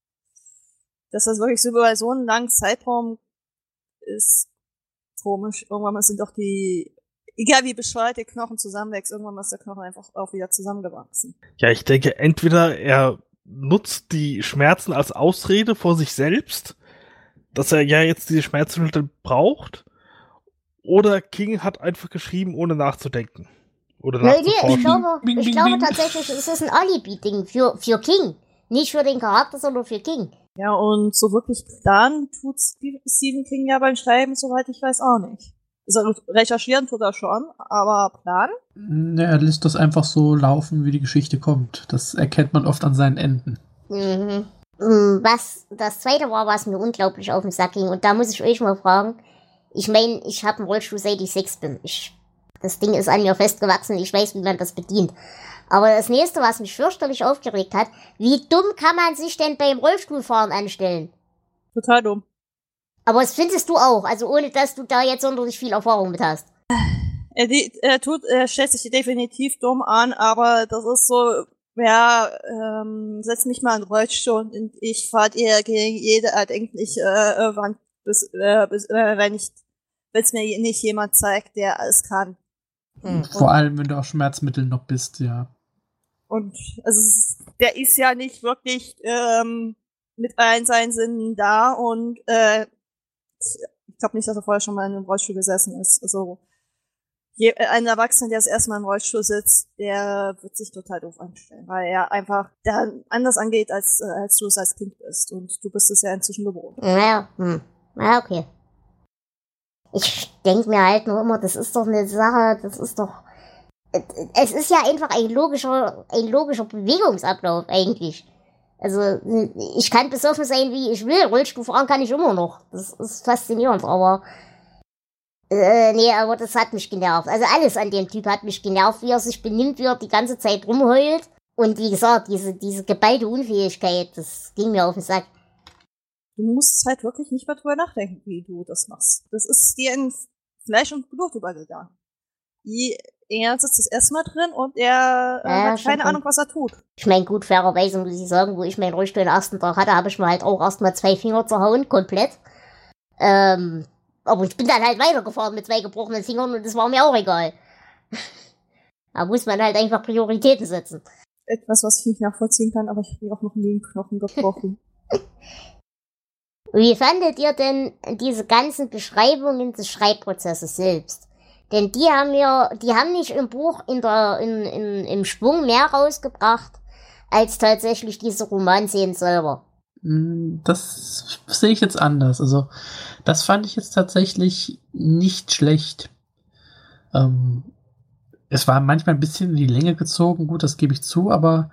dass das wirklich so über so einen langen Zeitraum ist komisch. Irgendwann mal sind doch die, egal wie bescheuert der Knochen zusammenwächst, irgendwann mal ist der Knochen einfach auch wieder zusammengewachsen. Ja, ich denke, entweder er nutzt die Schmerzen als Ausrede vor sich selbst, dass er ja jetzt diese Schmerzmittel braucht, oder King hat einfach geschrieben, ohne nachzudenken. Oder Nee, nee, nachzuforschen. ich glaube, Bing, ich bing, glaube bing. tatsächlich, es ist ein Alibi-Ding für, für King. Nicht für den Charakter, sondern für King. Ja, und so wirklich planen tut Stephen King ja beim Schreiben, soweit ich weiß, auch nicht. Also recherchieren tut er schon, aber planen? Ja, er lässt das einfach so laufen, wie die Geschichte kommt. Das erkennt man oft an seinen Enden. Mhm. Mm, Was das zweite war, was mir unglaublich auf den Sack ging. Und da muss ich euch mal fragen. Ich meine, ich habe einen Rollstuhl, seit ich sechs bin. Ich, das Ding ist an mir festgewachsen. Ich weiß, wie man das bedient. Aber das nächste, was mich fürchterlich aufgeregt hat, wie dumm kann man sich denn beim Rollstuhlfahren anstellen? Total dumm. Aber das findest du auch, also ohne, dass du da jetzt sonderlich viel Erfahrung mit hast. Er, die, er tut, er stellt sich definitiv dumm an, aber das ist so, ja, ähm, setz mich mal in den Rollstuhl und ich fahre dir gegen jede erdenkliche äh, Wand, bis, äh, bis, äh, wenn ich, wenn es mir nicht jemand zeigt, der alles kann. Hm. Vor allem, wenn du auf Schmerzmitteln noch bist, ja. Und also, es- der ist ja nicht wirklich ähm, mit allen seinen Sinnen da und äh, ich glaube nicht, dass er vorher schon mal in einem Rollstuhl gesessen ist. Also je, ein Erwachsener, der das erste Mal im Rollstuhl sitzt, der wird sich total doof anstellen, weil er einfach da anders angeht, als, äh, als du es als Kind bist. Und du bist es ja inzwischen gewohnt. Naja, hm. Na, okay. Ich denk mir halt nur immer, das ist doch eine Sache, das ist doch... Es ist ja einfach ein logischer, ein logischer Bewegungsablauf eigentlich. Also, ich kann besoffen sein, wie ich will. Rollstuhl fahren kann ich immer noch. Das ist faszinierend, aber... Äh, nee, aber das hat mich genervt. Also alles an dem Typ hat mich genervt, wie er sich benimmt, wie er die ganze Zeit rumheult. Und wie gesagt, diese, diese geballte Unfähigkeit, das ging mir auf den Sack. Du musst halt wirklich nicht mehr drüber nachdenken, wie du das machst. Das ist dir in Fleisch und Blut übergegangen. Die, er sitzt das erstmal drin und er äh, Ja, hat schon keine schon. Ahnung, was er tut. Ich meine, gut, fairerweise muss ich sagen, wo ich meinen Rollstuhl den ersten Tag hatte, habe ich mir halt auch erstmal zwei Finger zerhauen, komplett. Ähm, aber ich bin dann halt weitergefahren mit zwei gebrochenen Fingern und das war mir auch egal. Da muss man halt einfach Prioritäten setzen. Etwas, was ich nicht nachvollziehen kann, aber ich habe mir auch noch nie einen Knochen gebrochen. Wie fandet ihr denn diese ganzen Beschreibungen des Schreibprozesses selbst? Denn die haben ja, die haben nicht im Buch in der, in, in, im Schwung mehr rausgebracht, als tatsächlich diese Romanszenen selber. Das sehe ich jetzt anders. Also, das fand ich jetzt tatsächlich nicht schlecht. Ähm, es war manchmal ein bisschen in die Länge gezogen, gut, das gebe ich zu, aber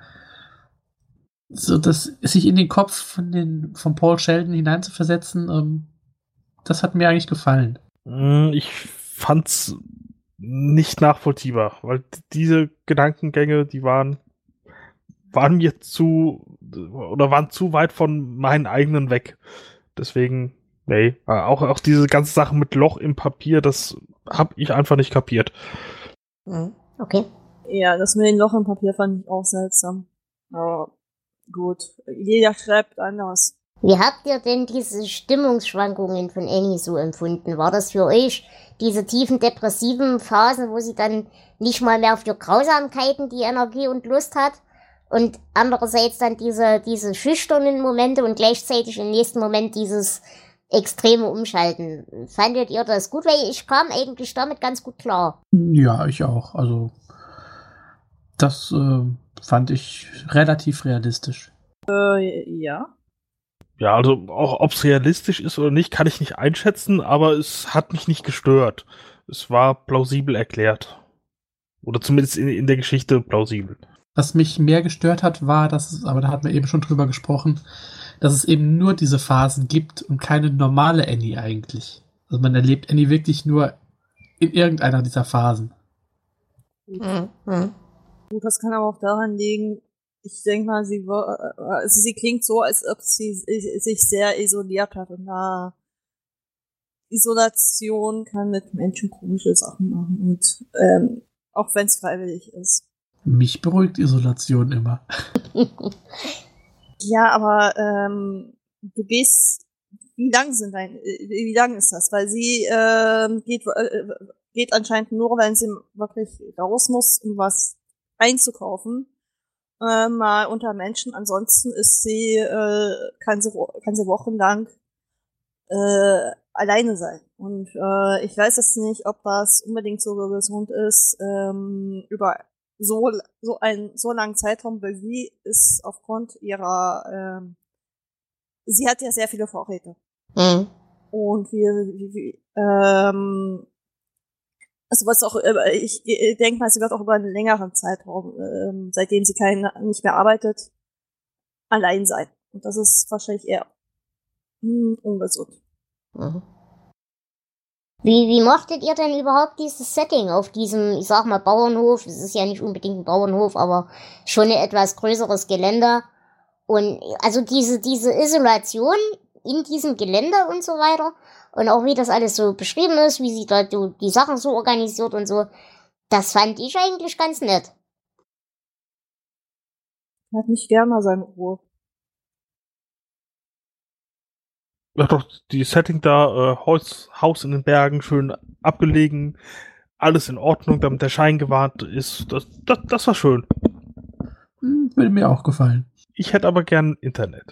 so das sich in den Kopf von den von Paul Sheldon hineinzuversetzen, ähm, das hat mir eigentlich gefallen. Ich fand's nicht nachvollziehbar, weil diese Gedankengänge, die waren waren mir zu oder waren zu weit von meinen eigenen weg. Deswegen, nee, auch, auch diese ganze Sache mit Loch im Papier, das habe ich einfach nicht kapiert. Okay. Ja, das mit dem Loch im Papier fand ich auch seltsam. Aber gut, jeder schreibt anders. Wie habt ihr denn diese Stimmungsschwankungen von Annie so empfunden? War das für euch diese tiefen depressiven Phasen, wo sie dann nicht mal mehr für Grausamkeiten die Energie und Lust hat? Und andererseits dann diese, diese schüchternen Momente und gleichzeitig im nächsten Moment dieses extreme Umschalten. Fandet ihr das gut? Weil ich kam eigentlich damit ganz gut klar. Ja, ich auch. Also, das äh, fand ich relativ realistisch. Äh, ja. Ja, also auch ob es realistisch ist oder nicht, kann ich nicht einschätzen, aber es hat mich nicht gestört. Es war plausibel erklärt. Oder zumindest in, in der Geschichte plausibel. Was mich mehr gestört hat, war, dass es, aber da hatten wir eben schon drüber gesprochen, dass es eben nur diese Phasen gibt und keine normale Annie eigentlich. Also man erlebt Annie wirklich nur in irgendeiner dieser Phasen. Mhm. Mhm. Gut, das kann aber auch daran liegen, ich denke mal, sie, also sie klingt so, als ob sie sich sehr isoliert hat. Und da Isolation kann mit Menschen komische Sachen machen. Und ähm, auch wenn es freiwillig ist. Mich beruhigt Isolation immer. Ja, aber ähm, du gehst, wie lang sind dein, wie lang ist das? Weil sie ähm, geht, äh, geht anscheinend nur, wenn sie wirklich raus muss, um was einzukaufen, äh, mal unter Menschen. Ansonsten ist sie, äh, kann sie, kann sie wochenlang äh, alleine sein. Und äh, ich weiß jetzt nicht, ob das unbedingt so gesund ist, ähm, über so so einen so langen Zeitraum, weil sie ist aufgrund ihrer ähm, sie hat ja sehr viele Vorräte. Mhm. Und wir, wie, wie, ähm, also was auch, ich denke mal, sie wird auch über einen längeren Zeitraum, ähm, seitdem sie kein, nicht mehr arbeitet, allein sein. Und das ist wahrscheinlich eher hm, ungesund. Mhm. Wie, wie mochtet ihr denn überhaupt dieses Setting auf diesem, ich sag mal, Bauernhof? Es ist ja nicht unbedingt ein Bauernhof, aber schon ein etwas größeres Gelände. Und also diese, diese Isolation in diesem Gelände und so weiter. Und auch wie das alles so beschrieben ist, wie sie da die, die Sachen so organisiert und so. Das fand ich eigentlich ganz nett. Er hat nicht gern mal seine Ruhe. Ja, doch, die Setting da, äh, Haus, Haus in den Bergen, schön abgelegen, alles in Ordnung, damit der Schein gewahrt ist. Das, das, das war schön. Hm, würde mir auch gefallen. Ich hätte aber gern Internet.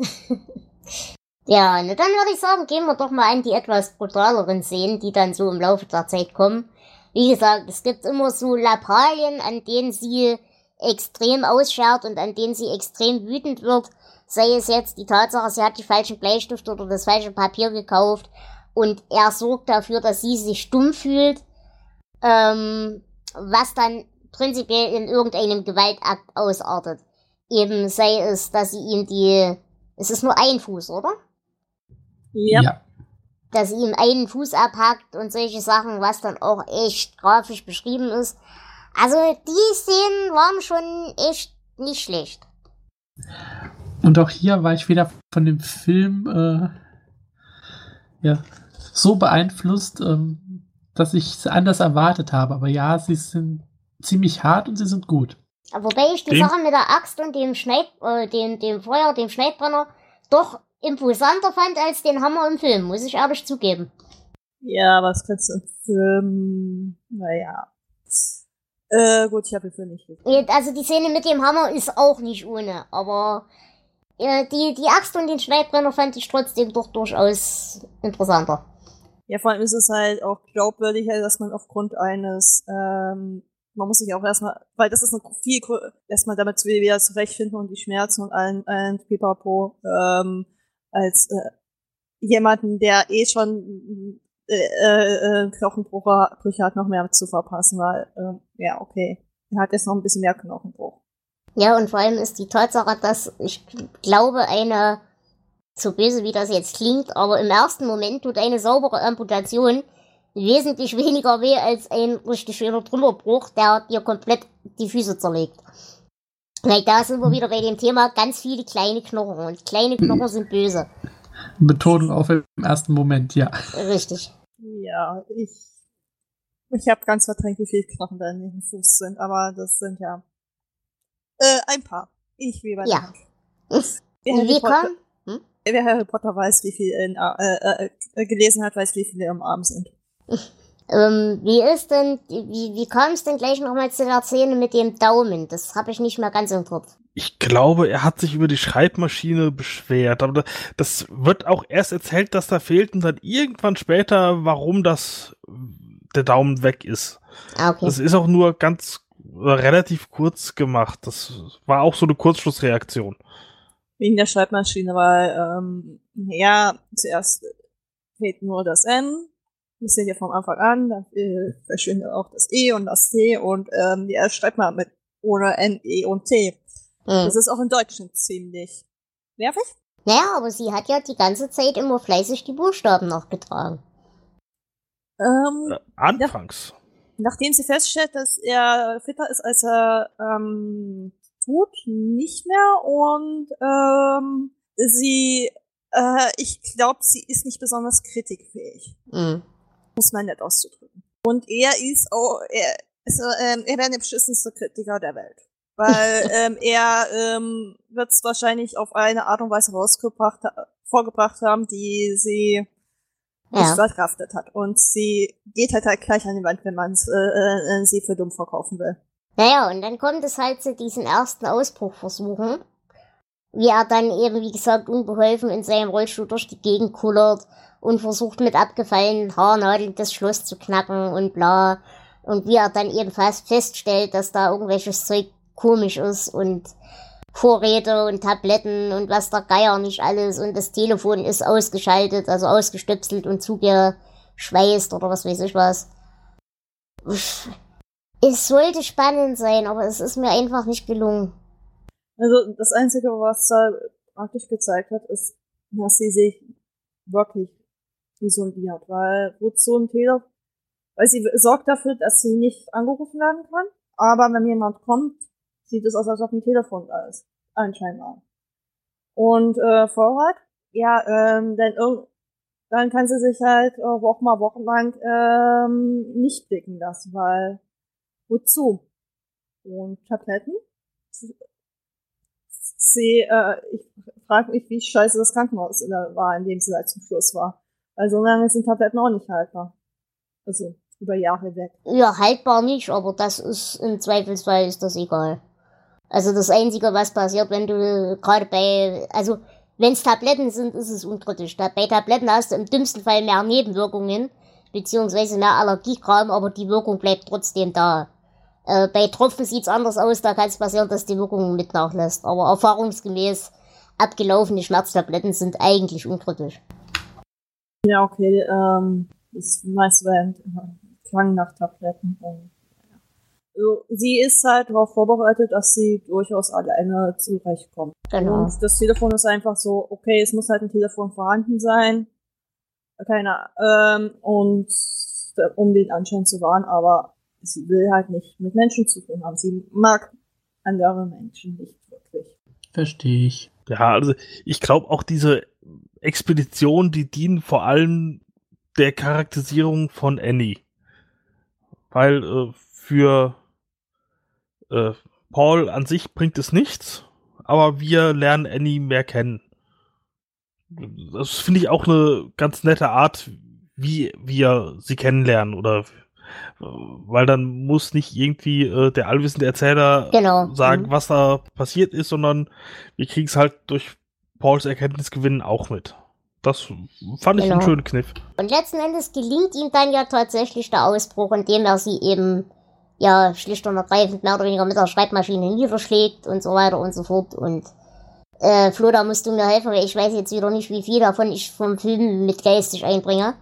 Ja, ne, dann würde ich sagen, gehen wir doch mal an die etwas brutaleren Szenen, die dann so im Laufe der Zeit kommen. Wie gesagt, es gibt immer so Lappalien, an denen sie extrem ausschert und an denen sie extrem wütend wird. Sei es jetzt die Tatsache, sie hat die falschen Bleistifte oder das falsche Papier gekauft und er sorgt dafür, dass sie sich stumm fühlt, ähm, was dann prinzipiell in irgendeinem Gewaltakt ausartet. Eben sei es, dass sie ihm die, es ist nur ein Fuß, oder? Ja. Ja. Dass sie ihm einen Fuß abhackt und solche Sachen, was dann auch echt grafisch beschrieben ist. Also die Szenen waren schon echt nicht schlecht. Und auch hier war ich wieder von dem Film äh, ja, so beeinflusst, ähm, dass ich es anders erwartet habe. Aber ja, sie sind ziemlich hart und sie sind gut. Wobei ich die Dem- Sache mit der Axt und dem Schneid, äh, dem, dem Feuer, dem Schneidbrenner doch imposanter fand als den Hammer im Film, muss ich ehrlich zugeben. Ja, was kannst du im Film? Naja. Äh, gut, ich habe den Film nicht gesehen. Also die Szene mit dem Hammer ist auch nicht ohne, aber äh, die, die Axt und den Schneidbrenner fand ich trotzdem doch durchaus interessanter. Ja, vor allem ist es halt auch glaubwürdiger, dass man aufgrund eines, ähm, man muss sich auch erstmal, weil das ist eine viel, grö- erstmal damit wieder zurechtfinden und die Schmerzen und allen, allen Pipapo, ähm, als äh, jemanden, der eh schon äh, äh, Knochenbrüche hat, noch mehr zu verpassen, weil, äh, ja, okay, er hat jetzt noch ein bisschen mehr Knochenbruch. Ja, und vor allem ist die Tatsache, dass ich glaube, eine, so böse wie das jetzt klingt, aber im ersten Moment tut eine saubere Amputation wesentlich weniger weh als ein richtig schöner Trümmerbruch, der dir komplett die Füße zerlegt. Weil da sind wir wieder bei dem Thema ganz viele kleine Knochen und kleine Knochen sind böse. Betonung auf im ersten Moment, ja. Richtig. Ja, ich, ich habe ganz verdrängt, wie viele Knochen da in dem Fuß sind, aber das sind ja, äh, ein paar. Ich wie bei Ja. Wer Und Harry, wie Potter, kommen? wer Harry Potter weiß, wie viel in, äh, äh, gelesen hat, weiß, wie viele im Arm sind. Ähm, wie ist denn, wie, wie kam es denn gleich nochmal zu der Szene mit dem Daumen? Das habe ich nicht mehr ganz im Kopf. Ich glaube, er hat sich über die Schreibmaschine beschwert, aber das wird auch erst erzählt, dass da fehlt und dann irgendwann später, warum das der Daumen weg ist. Ah, okay. Das ist auch nur ganz relativ kurz gemacht. Das war auch so eine Kurzschlussreaktion. Wegen der Schreibmaschine, weil, ähm, ja, zuerst fehlt nur das N, das seht ihr vom Anfang an, dann äh, verschwindet auch das E und das T und ähm, die R schreibt man mit ohne N, E und T. Hm. Das ist auch im Deutschen ziemlich nervig. Naja, aber sie hat ja die ganze Zeit immer fleißig die Buchstaben nachgetragen. Ähm, Äh, anfangs. Nachdem sie feststellt, dass er fitter ist, als er ähm, tut, nicht mehr und ähm, sie, äh, ich glaube, sie ist nicht besonders kritikfähig. Hm. Muss man nett auszudrücken. Und er ist auch, er ist, ähm, er wäre der beschissenste Kritiker der Welt. Weil ähm, er ähm, wird es wahrscheinlich auf eine Art und Weise rausgebracht, vorgebracht haben, die sie nicht Ja. verkraftet hat. Und sie geht halt, halt gleich an die Wand, wenn man äh, äh, sie für dumm verkaufen will. Naja, und dann kommt es halt zu diesen ersten Ausbruchversuchen. Wie er dann eben, wie gesagt, unbeholfen in seinem Rollstuhl durch die Gegend kullert und versucht mit abgefallenen Haarnadeln das Schloss zu knacken und bla. Und wie er dann eben fast feststellt, dass da irgendwelches Zeug komisch ist und Vorräte und Tabletten und was der Geier nicht alles und das Telefon ist ausgeschaltet, also ausgestöpselt und zugeschweißt oder was weiß ich was. Es sollte spannend sein, aber es ist mir einfach nicht gelungen. Also das Einzige, was da praktisch gezeigt hat, ist, dass sie sich wirklich isoliert, weil wozu ein Telefon, weil sie sorgt dafür, dass sie nicht angerufen werden kann, aber wenn jemand kommt, sieht es aus, als ob ein Telefon da ist, anscheinend. Und äh, Vorrat, ja, ähm, denn irg- dann kann sie sich halt äh, Wochen mal wochenlang ähm, nicht blicken lassen, weil wozu? Und Tabletten? Sie, äh, ich frage mich, wie scheiße das Krankenhaus war, in dem sie halt zum Schluss war. Also so lange sind Tabletten auch nicht haltbar. Also über Jahre weg. Ja, haltbar nicht, aber das ist im Zweifelsfall ist das egal. Also das Einzige, was passiert, wenn du gerade bei, also wenn es Tabletten sind, ist es unkritisch. Da, bei Tabletten hast du im dümmsten Fall mehr Nebenwirkungen, beziehungsweise mehr Allergiekram, aber die Wirkung bleibt trotzdem da. Äh, bei Tropfen sieht's anders aus, da kann es passieren, dass die Wirkung mit nachlässt. Aber erfahrungsgemäß abgelaufene Schmerztabletten sind eigentlich unkritisch. Ja, okay, ähm, das meiste Band klang nach Tabletten. Und, ja. Also, sie ist halt darauf vorbereitet, dass sie durchaus alleine zurechtkommt. Genau. Und das Telefon ist einfach so, okay, es muss halt ein Telefon vorhanden sein. Keine ähm, und um den Anschein zu wahren, aber sie will halt nicht mit Menschen zu tun haben. Sie mag andere Menschen nicht wirklich. Verstehe ich. Ja, also ich glaube auch diese Expeditionen, die dienen vor allem der Charakterisierung von Annie. Weil äh, für äh, Paul an sich bringt es nichts, aber wir lernen Annie mehr kennen. Das finde ich auch eine ganz nette Art, wie wir sie kennenlernen, oder äh, weil dann muss nicht irgendwie äh, der allwissende Erzähler Genau. sagen, Mhm. was da passiert ist, sondern wir kriegen es halt durch Pauls Erkenntnisgewinn auch mit. Das fand ich Genau. einen schönen Kniff. Und letzten Endes gelingt ihm dann ja tatsächlich der Ausbruch, indem er sie eben ja schlicht und ergreifend mehr oder weniger mit der Schreibmaschine niederschlägt und so weiter und so fort. Und äh, Flo, da musst du mir helfen, weil ich weiß jetzt wieder nicht, wie viel davon ich vom Film mit geistig einbringe.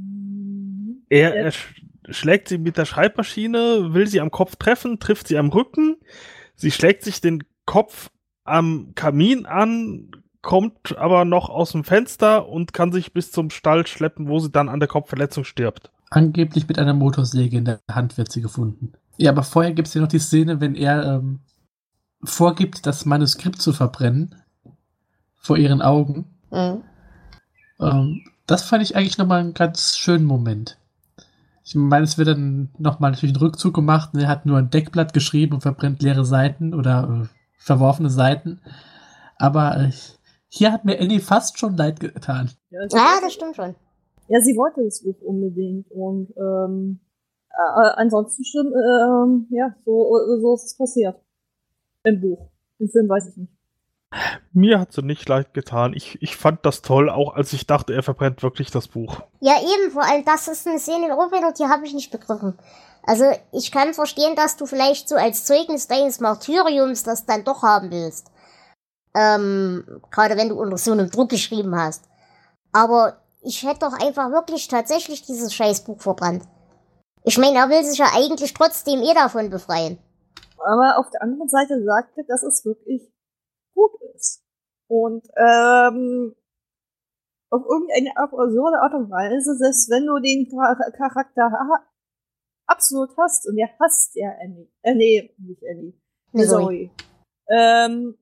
Er, er sch schlägt sie mit der Schreibmaschine, will sie am Kopf treffen, trifft sie am Rücken. Sie schlägt sich den Kopf am Kamin an, kommt aber noch aus dem Fenster und kann sich bis zum Stall schleppen, wo sie dann an der Kopfverletzung stirbt. Angeblich mit einer Motorsäge in der Hand wird sie gefunden. Ja, aber vorher gibt es ja noch die Szene, wenn er ähm, vorgibt, das Manuskript zu verbrennen vor ihren Augen. Mhm. Ähm, das fand ich eigentlich nochmal einen ganz schönen Moment. Ich meine, es wird dann nochmal natürlich ein Rückzug gemacht. Er hat nur ein Deckblatt geschrieben und verbrennt leere Seiten oder äh, verworfene Seiten. Aber äh, hier hat mir Annie fast schon leid getan. Ja, sie Ja, wollte- das stimmt schon. Ja, sie wollte das Buch unbedingt und ähm, äh, ansonsten stimmt, ähm, ja, so, so ist es passiert. Im Buch. Im Film weiß ich nicht. Mir hat sie nicht leid getan. Ich, ich fand das toll, auch als ich dachte, er verbrennt wirklich das Buch. Ja, eben, vor allem, das ist eine Szene in Rohrblätter, die habe ich nicht begriffen. Also, ich kann verstehen, dass du vielleicht so als Zeugnis deines Martyriums das dann doch haben willst. Ähm, gerade wenn du unter so einem Druck geschrieben hast. Aber ich hätte doch einfach wirklich tatsächlich dieses Scheißbuch verbrannt. Ich meine, er will sich ja eigentlich trotzdem eh davon befreien. Aber auf der anderen Seite sagte, dass es wirklich gut ist. Und ähm, auf irgendeine absurde Art und Weise, selbst wenn du den Char- Charakter ha absolut hast, und er hasst ja Annie, äh, nee, nicht Annie, Misery. Misery, ähm,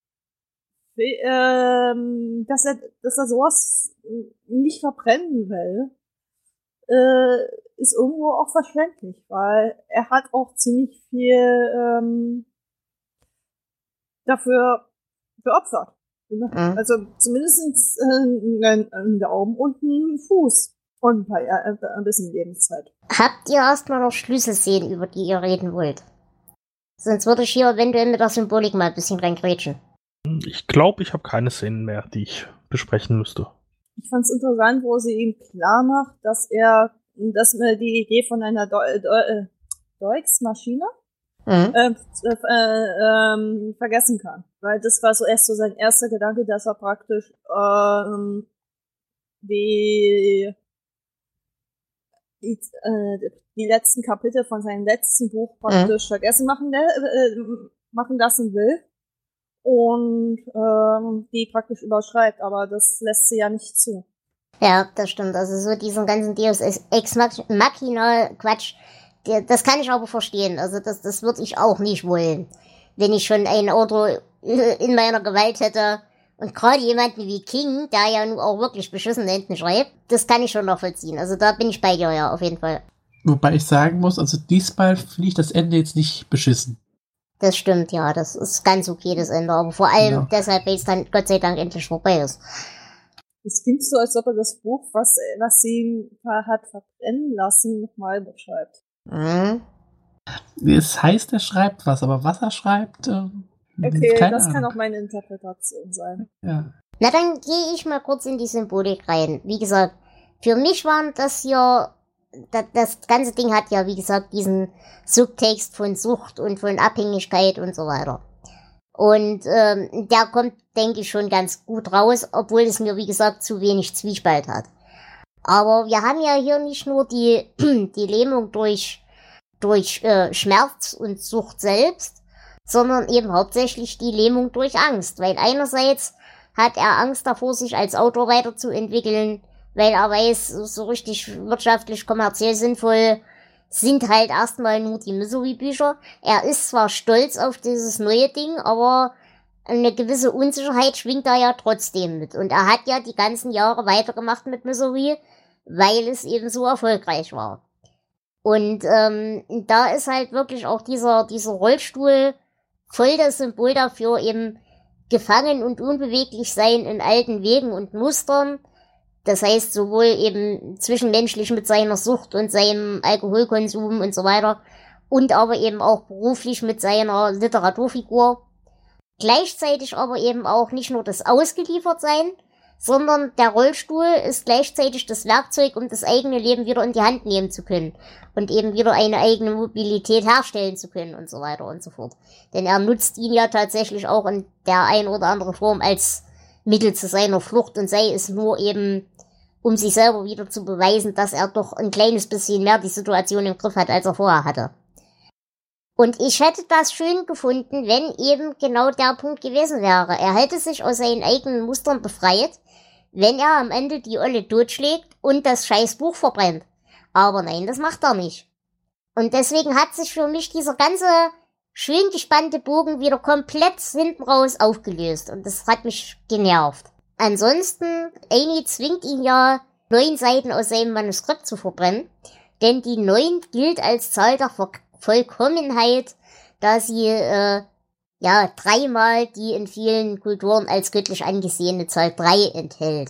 we- ähm, dass er, dass er sowas nicht verbrennen will, äh, ist irgendwo auch verständlich, weil er hat auch ziemlich viel ähm, dafür geopfert. Mhm. Also zumindest äh, einen, einen Daumen und einen Fuß und ein, paar, äh, ein bisschen Lebenszeit. Habt ihr erstmal noch Schlüsselszenen, über die ihr reden wollt? Sonst würde ich hier eventuell mit der Symbolik mal ein bisschen reingrätschen. Ich glaube, ich habe keine Szenen mehr, die ich besprechen müsste. Ich fand es interessant, wo sie ihm klar macht, dass er, dass mir die Idee von einer Deu Deu Deux-Maschine Mhm. äh, äh, ähm, vergessen kann. Weil das war so erst so sein erster Gedanke, dass er praktisch ähm, die, die, äh, die letzten Kapitel von seinem letzten Buch praktisch vergessen machen, äh, machen lassen will und ähm, die praktisch überschreibt, aber das lässt sie ja nicht zu. Ja, das stimmt. Also so diesen ganzen Deus Ex Machina Quatsch, der, das kann ich aber verstehen. Also das, das würde ich auch nicht wollen, wenn ich schon ein Auto in meiner Gewalt hätte. Und gerade jemanden wie King, der ja nun auch wirklich beschissene Enden schreibt, das kann ich schon nachvollziehen. Also da bin ich bei dir, ja, auf jeden Fall. Wobei ich sagen muss, also diesmal finde ich das Ende jetzt nicht beschissen. Das stimmt, ja, das ist ganz okay, das Ende. Aber vor allem Genau. deshalb, weil es dann Gott sei Dank endlich vorbei ist. Es klingt so, als ob er das Buch, was, was sie hat verbrennen lassen, nochmal beschreibt. Mhm. Es heißt, er schreibt was, aber was er schreibt, äh, Okay, keine das kann Ahnung. auch meine Interpretation sein. Ja. Na, dann gehe ich mal kurz in die Symbolik rein. Wie gesagt, für mich waren das hier, das, das ganze Ding hat ja, wie gesagt, diesen Subtext von Sucht und von Abhängigkeit und so weiter. Und ähm, der kommt, denke ich, schon ganz gut raus, obwohl es mir, wie gesagt, zu wenig Zwiespalt hat. Aber wir haben ja hier nicht nur die, die Lähmung durch, durch äh, Schmerz und Sucht selbst, sondern eben hauptsächlich die Lähmung durch Angst. Weil einerseits hat er Angst davor, sich als Autor weiterzuentwickeln, weil er weiß, so richtig wirtschaftlich, kommerziell sinnvoll sind halt erstmal nur die Misery-Bücher. Er ist zwar stolz auf dieses neue Ding, aber eine gewisse Unsicherheit schwingt da ja trotzdem mit. Und er hat ja die ganzen Jahre weitergemacht mit Misery, weil es eben so erfolgreich war. Und ähm, da ist halt wirklich auch dieser, dieser Rollstuhl voll das Symbol dafür, eben gefangen und unbeweglich sein in alten Wegen und Mustern. Das heißt, sowohl eben zwischenmenschlich mit seiner Sucht und seinem Alkoholkonsum und so weiter, und aber eben auch beruflich mit seiner Literaturfigur. Gleichzeitig aber eben auch nicht nur das Ausgeliefertsein, sondern der Rollstuhl ist gleichzeitig das Werkzeug, um das eigene Leben wieder in die Hand nehmen zu können und eben wieder eine eigene Mobilität herstellen zu können und so weiter und so fort. Denn er nutzt ihn ja tatsächlich auch in der ein oder anderen Form als Mittel zu seiner Flucht, und sei es nur eben, um sich selber wieder zu beweisen, dass er doch ein kleines bisschen mehr die Situation im Griff hat, als er vorher hatte. Und ich hätte das schön gefunden, wenn eben genau der Punkt gewesen wäre. Er hätte sich aus seinen eigenen Mustern befreit, wenn er am Ende die Olle totschlägt und das scheiß Buch verbrennt. Aber nein, das macht er nicht. Und deswegen hat sich für mich dieser ganze schön gespannte Bogen wieder komplett hinten raus aufgelöst. Und das hat mich genervt. Ansonsten, Amy zwingt ihn ja, neun Seiten aus seinem Manuskript zu verbrennen. Denn die neun gilt als Zahl der Ver- Vollkommenheit, da sie äh, ja dreimal die in vielen Kulturen als göttlich angesehene Zahl drei enthält.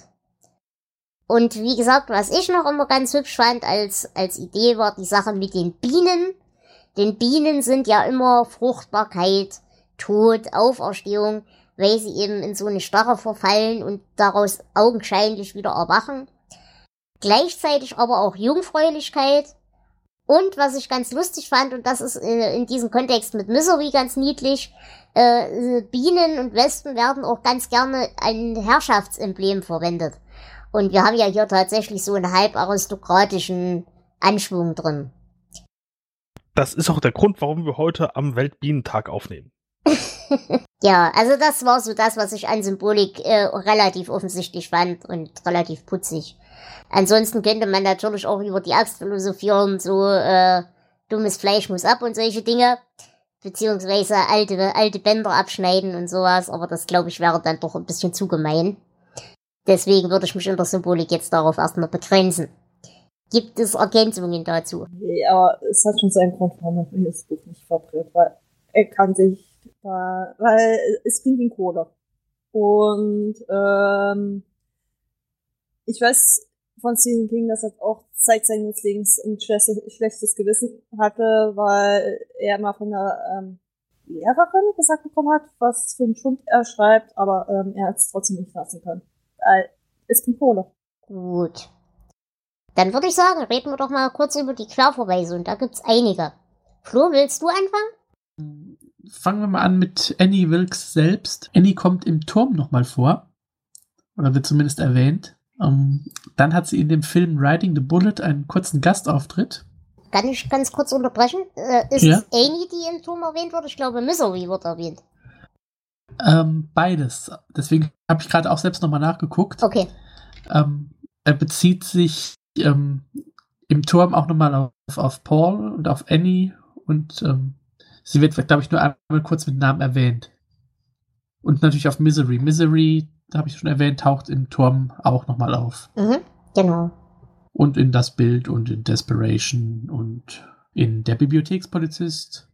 Und wie gesagt, was ich noch immer ganz hübsch fand als als Idee, war die Sache mit den Bienen. Denn Bienen sind ja immer Fruchtbarkeit, Tod, Auferstehung, weil sie eben in so eine Starre verfallen und daraus augenscheinlich wieder erwachen. Gleichzeitig aber auch Jungfräulichkeit. Und was ich ganz lustig fand, und das ist in, in diesem Kontext mit Misery ganz niedlich, äh, Bienen und Wespen werden auch ganz gerne ein Herrschaftsemblem verwendet. Und wir haben ja hier tatsächlich so einen halb aristokratischen Anschwung drin. Das ist auch der Grund, warum wir heute am Weltbienentag aufnehmen. Ja, also das war so das, was ich an Symbolik äh, relativ offensichtlich fand und relativ putzig. Ansonsten könnte man natürlich auch über die Axt philosophieren, so äh, dummes Fleisch muss ab und solche Dinge, beziehungsweise alte alte Bänder abschneiden und sowas, aber das, glaube ich, wäre dann doch ein bisschen zu gemein. Deswegen würde ich mich in der Symbolik jetzt darauf erstmal begrenzen. Gibt es Ergänzungen dazu? Nee, aber es hat schon seinen Grund, warum er das Buch nicht vertritt, weil er kann sich, äh, weil es ging in Kohle. Und ähm, ich weiß von Stephen King, dass er auch seit seines Lebens ein schlechtes, schlechtes Gewissen hatte, weil er mal von einer ähm, Lehrerin gesagt bekommen hat, was für einen Schund er schreibt, aber ähm, er hat es trotzdem nicht lassen können. Weil es ging Kohle. Gut. Dann würde ich sagen, reden wir doch mal kurz über die Querverweise, und da gibt's einige. Flo, willst du anfangen? Fangen wir mal an mit Annie Wilkes selbst. Annie kommt im Turm nochmal vor. Oder wird zumindest erwähnt. Um, dann hat sie in dem Film Riding the Bullet einen kurzen Gastauftritt. Kann ich ganz kurz unterbrechen? Äh, ist Ja. es Annie, die im Turm erwähnt wird? Ich glaube, Misery wird erwähnt. Ähm, beides. Deswegen habe ich gerade auch selbst nochmal nachgeguckt. Okay. Ähm, er bezieht sich ähm, im Turm auch nochmal auf, auf Paul und auf Annie. Und ähm, sie wird, glaube ich, nur einmal kurz mit Namen erwähnt. Und natürlich auf Misery. Misery, da habe ich schon erwähnt, taucht im Turm auch nochmal auf. Mhm, genau. Und in Das Bild und in Desperation und in Der Bibliothekspolizist.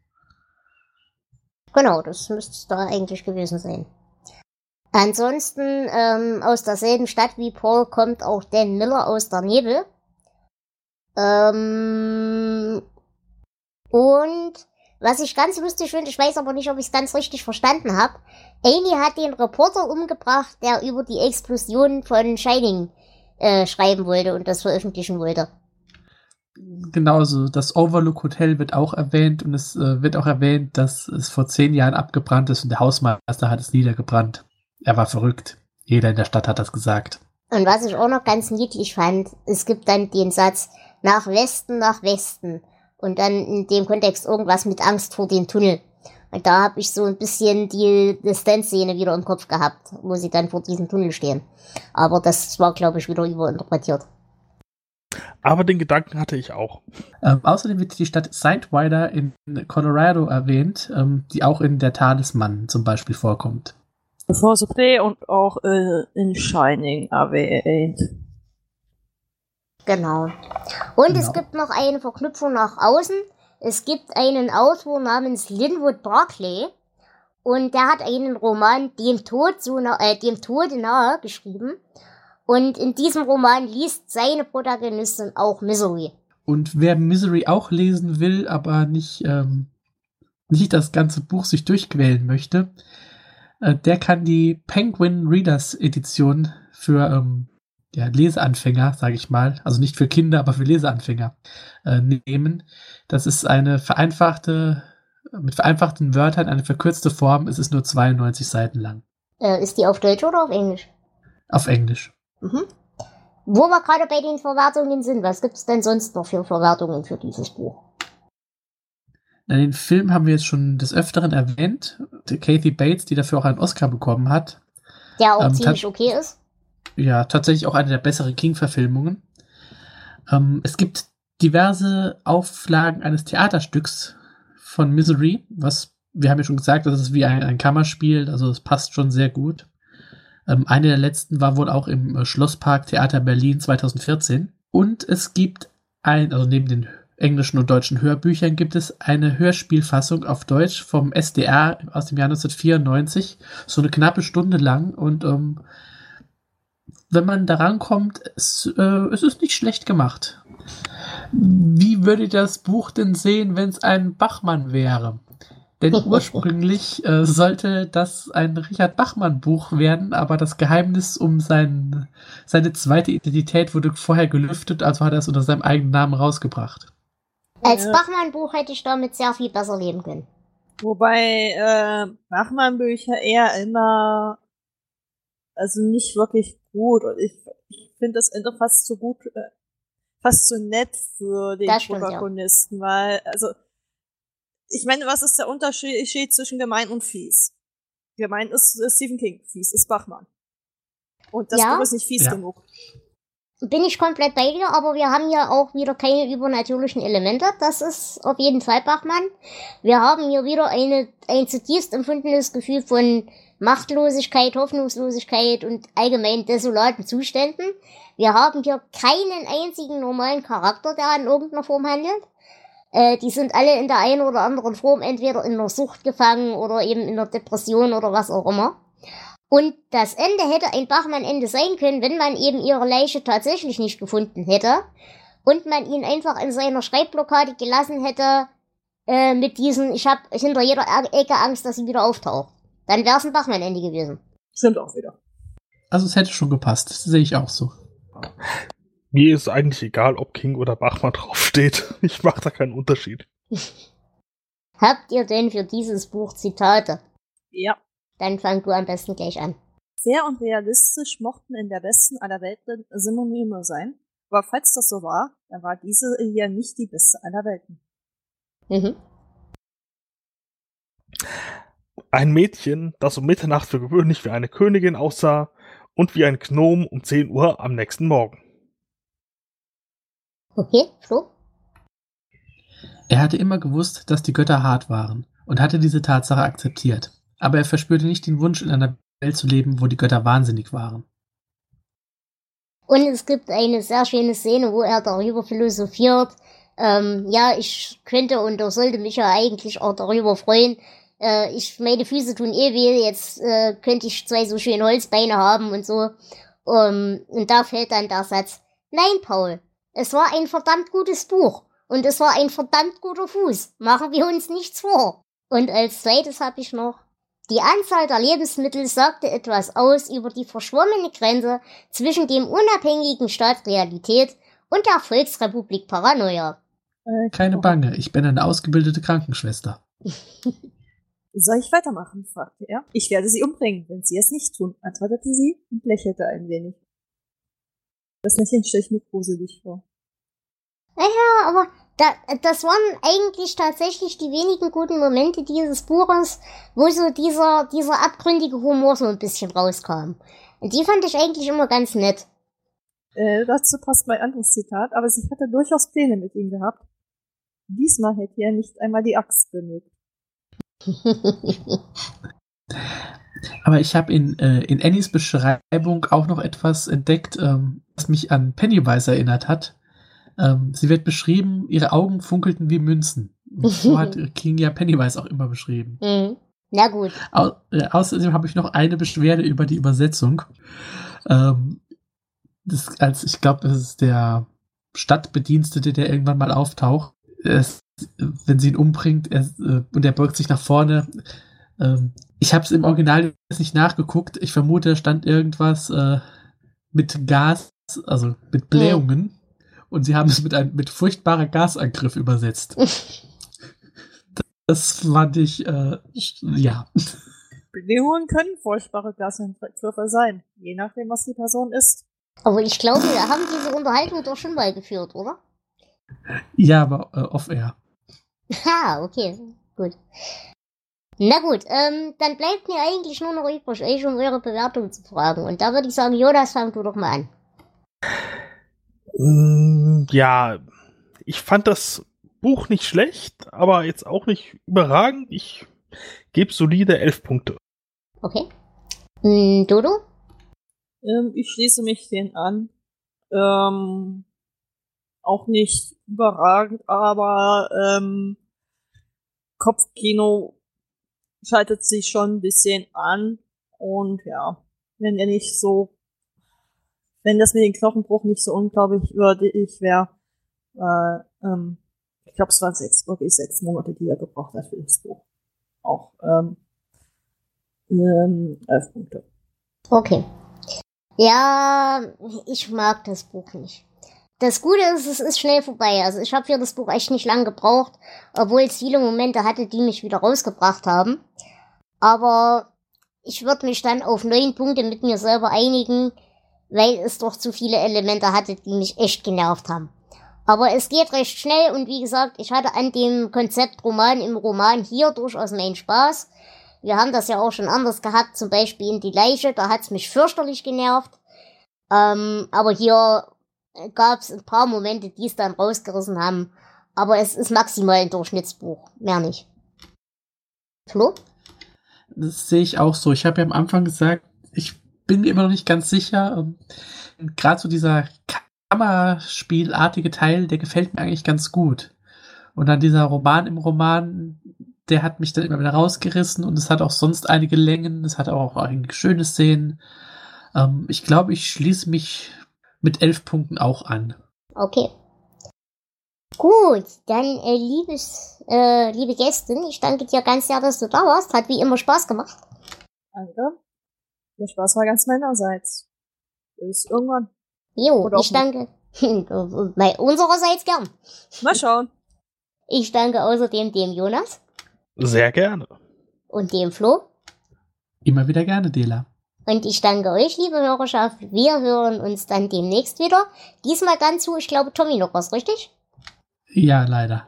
Genau, das müsste es da eigentlich gewesen sein. Ansonsten, ähm, aus derselben Stadt wie Paul kommt auch Dan Miller aus der Nebel. Ähm, und was ich ganz lustig finde, ich weiß aber nicht, ob ich es ganz richtig verstanden habe, Amy hat den Reporter umgebracht, der über die Explosion von Shining äh, schreiben wollte und das veröffentlichen wollte. Genauso, das Overlook Hotel wird auch erwähnt und es äh, wird auch erwähnt, dass es vor zehn Jahren abgebrannt ist und der Hausmeister hat es niedergebrannt. Er war verrückt. Jeder in der Stadt hat das gesagt. Und was ich auch noch ganz niedlich fand, es gibt dann den Satz, nach Westen, nach Westen. Und dann in dem Kontext irgendwas mit Angst vor dem Tunnel. Und da habe ich so ein bisschen die Distanz-Szene wieder im Kopf gehabt, wo sie dann vor diesem Tunnel stehen. Aber das war, glaube ich, wieder überinterpretiert. Aber den Gedanken hatte ich auch. Ähm, außerdem wird die Stadt Sidewinder in Colorado erwähnt, ähm, die auch in der Talisman zum Beispiel vorkommt. Force Play und auch äh, in Shining erwähnt. Genau. Und Genau. es gibt noch eine Verknüpfung nach außen. Es gibt einen Autor namens Linwood Barclay und der hat einen Roman Dem Tod so nah, äh, Dem Tode nahe geschrieben. Und in diesem Roman liest seine Protagonistin auch Misery. Und wer Misery auch lesen will, aber nicht, ähm, nicht das ganze Buch sich durchquälen möchte, äh, der kann die Penguin Readers Edition für ähm, ja, Leseanfänger, sage ich mal, also nicht für Kinder, aber für Leseanfänger äh, nehmen. Das ist eine vereinfachte, mit vereinfachten Wörtern, eine verkürzte Form. Es ist nur zweiundneunzig Seiten lang. Äh, ist die auf Deutsch oder auf Englisch? Auf Englisch. Mhm. Wo wir gerade bei den Verwertungen sind, was gibt es denn sonst noch für Verwertungen für dieses Buch? Na, den Film haben wir jetzt schon des Öfteren erwähnt. Die Kathy Bates, die dafür auch einen Oscar bekommen hat. Der auch Ähm, ziemlich tat- okay ist. Ja, tatsächlich auch eine der besseren King-Verfilmungen. Ähm, es gibt diverse Auflagen eines Theaterstücks von Misery, was, wir haben ja schon gesagt, das ist wie ein, ein Kammerspiel, also es passt schon sehr gut. Ähm, eine der letzten war wohl auch im äh, Schlosspark Theater Berlin zweitausendvierzehn. Und es gibt ein, also neben den englischen und deutschen Hörbüchern gibt es eine Hörspielfassung auf Deutsch vom S D R aus dem Jahr neunzehnhundertvierundneunzig, so eine knappe Stunde lang und ähm, wenn man da rankommt, es, äh, es ist nicht schlecht gemacht. Wie würdet ihr das Buch denn sehen, wenn es ein Bachmann wäre? Denn ursprünglich äh, sollte das ein Richard Bachmann-Buch werden, aber das Geheimnis um sein, seine zweite Identität wurde vorher gelüftet, also hat er es unter seinem eigenen Namen rausgebracht. Als Ja. Bachmann-Buch hätte ich damit sehr viel besser leben können. Wobei äh, Bachmann-Bücher eher immer, also nicht wirklich gut. Und ich, ich finde das Ende fast zu gut, äh, fast zu nett für den Das stimmt, ja. Protagonisten, weil, also, ich meine, was ist der Unterschied zwischen gemein und fies? Gemein ist äh, Stephen King, fies ist Bachmann. Und das Ja. Buch ist nicht fies Ja. genug. Bin ich komplett bei dir, aber wir haben ja auch wieder keine übernatürlichen Elemente. Das ist auf jeden Fall Bachmann. Wir haben hier wieder eine, ein zutiefst empfundenes Gefühl von Machtlosigkeit, Hoffnungslosigkeit und allgemein desolaten Zuständen. Wir haben hier keinen einzigen normalen Charakter, der in irgendeiner Form handelt. Äh, die sind alle in der einen oder anderen Form entweder in einer Sucht gefangen oder eben in einer Depression oder was auch immer. Und das Ende hätte ein Bachmann-Ende sein können, wenn man eben ihre Leiche tatsächlich nicht gefunden hätte und man ihn einfach in seiner Schreibblockade gelassen hätte äh, mit diesen, ich habe hinter jeder Ecke Angst, dass sie wieder auftaucht. Dann wäre es ein Bachmann-Ende gewesen. Stimmt auch wieder. Also es hätte schon gepasst, das sehe ich auch so. Mir ist eigentlich egal, ob King oder Bachmann draufsteht. Ich mache da keinen Unterschied. Habt ihr denn für dieses Buch Zitate? Ja. Dann fang du am besten gleich an. Fair und realistisch mochten in der besten aller Welten Synonyme sein. Aber falls das so war, dann war diese hier nicht die beste aller Welten. Mhm. Ein Mädchen, das um Mitternacht für gewöhnlich wie eine Königin aussah und wie ein Gnom um zehn Uhr am nächsten Morgen. Okay, Flo? Er hatte immer gewusst, dass die Götter hart waren und hatte diese Tatsache akzeptiert. Aber er verspürte nicht den Wunsch, in einer Welt zu leben, wo die Götter wahnsinnig waren. Und es gibt eine sehr schöne Szene, wo er darüber philosophiert. Ähm, ja, ich könnte und er sollte mich ja eigentlich auch darüber freuen. Äh, ich, meine Füße tun eh weh, jetzt äh, könnte ich zwei so schöne Holzbeine haben und so. Um, und da fällt dann der Satz, nein, Paul, es war ein verdammt gutes Buch. Und es war ein verdammt guter Fuß. Machen wir uns nichts vor. Und als zweites habe ich noch, die Anzahl der Lebensmittel sagte etwas aus über die verschwommene Grenze zwischen dem unabhängigen Staat Realität und der Volksrepublik Paranoia. Äh, Keine Bange, ich bin eine ausgebildete Krankenschwester. Soll ich weitermachen? Fragte er. Ich werde sie umbringen, wenn sie es nicht tun, antwortete sie und lächelte ein wenig. Das Lächeln stelle ich mir gruselig vor. Naja, aber da, das waren eigentlich tatsächlich die wenigen guten Momente dieses Buches, wo so dieser, dieser abgründige Humor so ein bisschen rauskam. Und die fand ich eigentlich immer ganz nett. Äh, dazu passt mein anderes Zitat, aber sie hatte durchaus Pläne mit ihm gehabt. Diesmal hätte er nicht einmal die Axt benötigt. Aber ich habe in, äh, in Annies Beschreibung auch noch etwas entdeckt, ähm, was mich an Pennywise erinnert hat. Ähm, sie wird beschrieben, ihre Augen funkelten wie Münzen. Und so hat King ja Pennywise auch immer beschrieben. Mhm. Na gut. Au äh, außerdem habe ich noch eine Beschwerde über die Übersetzung. Ähm, das, als ich glaube, das ist der Stadtbedienstete, der irgendwann mal auftaucht. Es, wenn sie ihn umbringt er, äh, und er beugt sich nach vorne. Ähm, ich habe es im Original jetzt nicht nachgeguckt. Ich vermute, da stand irgendwas äh, mit Gas, also mit Blähungen. Mhm. Und sie haben es mit einem mit furchtbarer Gasangriff übersetzt. Das fand ich, äh, ja. Blähungen können furchtbare Gasangriffe sein, je nachdem, was die Person ist. Aber ich glaube, wir haben diese Unterhaltung doch schon mal geführt, oder? Ja, aber äh, off-air. Ha, okay, gut. Na gut, ähm, dann bleibt mir eigentlich nur noch übrig, euch um eure Bewertung zu fragen. Und da würde ich sagen, Jonas, fang du doch mal an. Mm, ja, ich fand das Buch nicht schlecht, aber jetzt auch nicht überragend. Ich gebe solide elf Punkte. Okay. Mm, Dodo? Ähm, ich schließe mich den an. Ähm, auch nicht überragend, aber ähm, Kopfkino schaltet sich schon ein bisschen an. Und ja, wenn er nicht so, wenn das mit dem Knochenbruch nicht so unglaublich würdig wäre, äh, ähm, ich glaube, es waren sechs, wirklich sechs Monate, die er gebraucht hat für das Buch. Auch ähm, ähm, elf Punkte. Okay. Ja, ich mag das Buch nicht. Das Gute ist, es ist schnell vorbei. Also ich habe für das Buch echt nicht lang gebraucht, obwohl es viele Momente hatte, die mich wieder rausgebracht haben. Aber ich würde mich dann auf neun Punkte mit mir selber einigen, weil es doch zu viele Elemente hatte, die mich echt genervt haben. Aber es geht recht schnell und wie gesagt, ich hatte an dem Konzept Roman im Roman hier durchaus meinen Spaß. Wir haben das ja auch schon anders gehabt, zum Beispiel in Die Leiche, da hat's mich fürchterlich genervt. Ähm, aber hier gab's ein paar Momente, die es dann rausgerissen haben. Aber es ist maximal ein Durchschnittsbuch, mehr nicht. Flo? Das sehe ich auch so. Ich habe ja am Anfang gesagt, ich bin mir immer noch nicht ganz sicher. Gerade so dieser Kammerspielartige Teil, der gefällt mir eigentlich ganz gut. Und dann dieser Roman im Roman, der hat mich dann immer wieder rausgerissen und es hat auch sonst einige Längen, es hat auch einige schöne Szenen. Ähm, ich glaube, ich schließe mich mit elf Punkten auch an. Okay. Gut, dann äh, liebes, äh, liebe Gästin, ich danke dir ganz sehr, dass du da warst. Hat wie immer Spaß gemacht. Danke. Der Spaß war ganz meinerseits. Bis irgendwann. Jo, ich danke. Unsererseits gern. Mal schauen. Ich danke außerdem dem Jonas. Sehr gerne. Und dem Flo. Immer wieder gerne, Dela. Und ich danke euch, liebe Hörerschaft. Wir hören uns dann demnächst wieder. Diesmal dann zu, ich glaube, Tommy noch was, richtig? Ja, leider.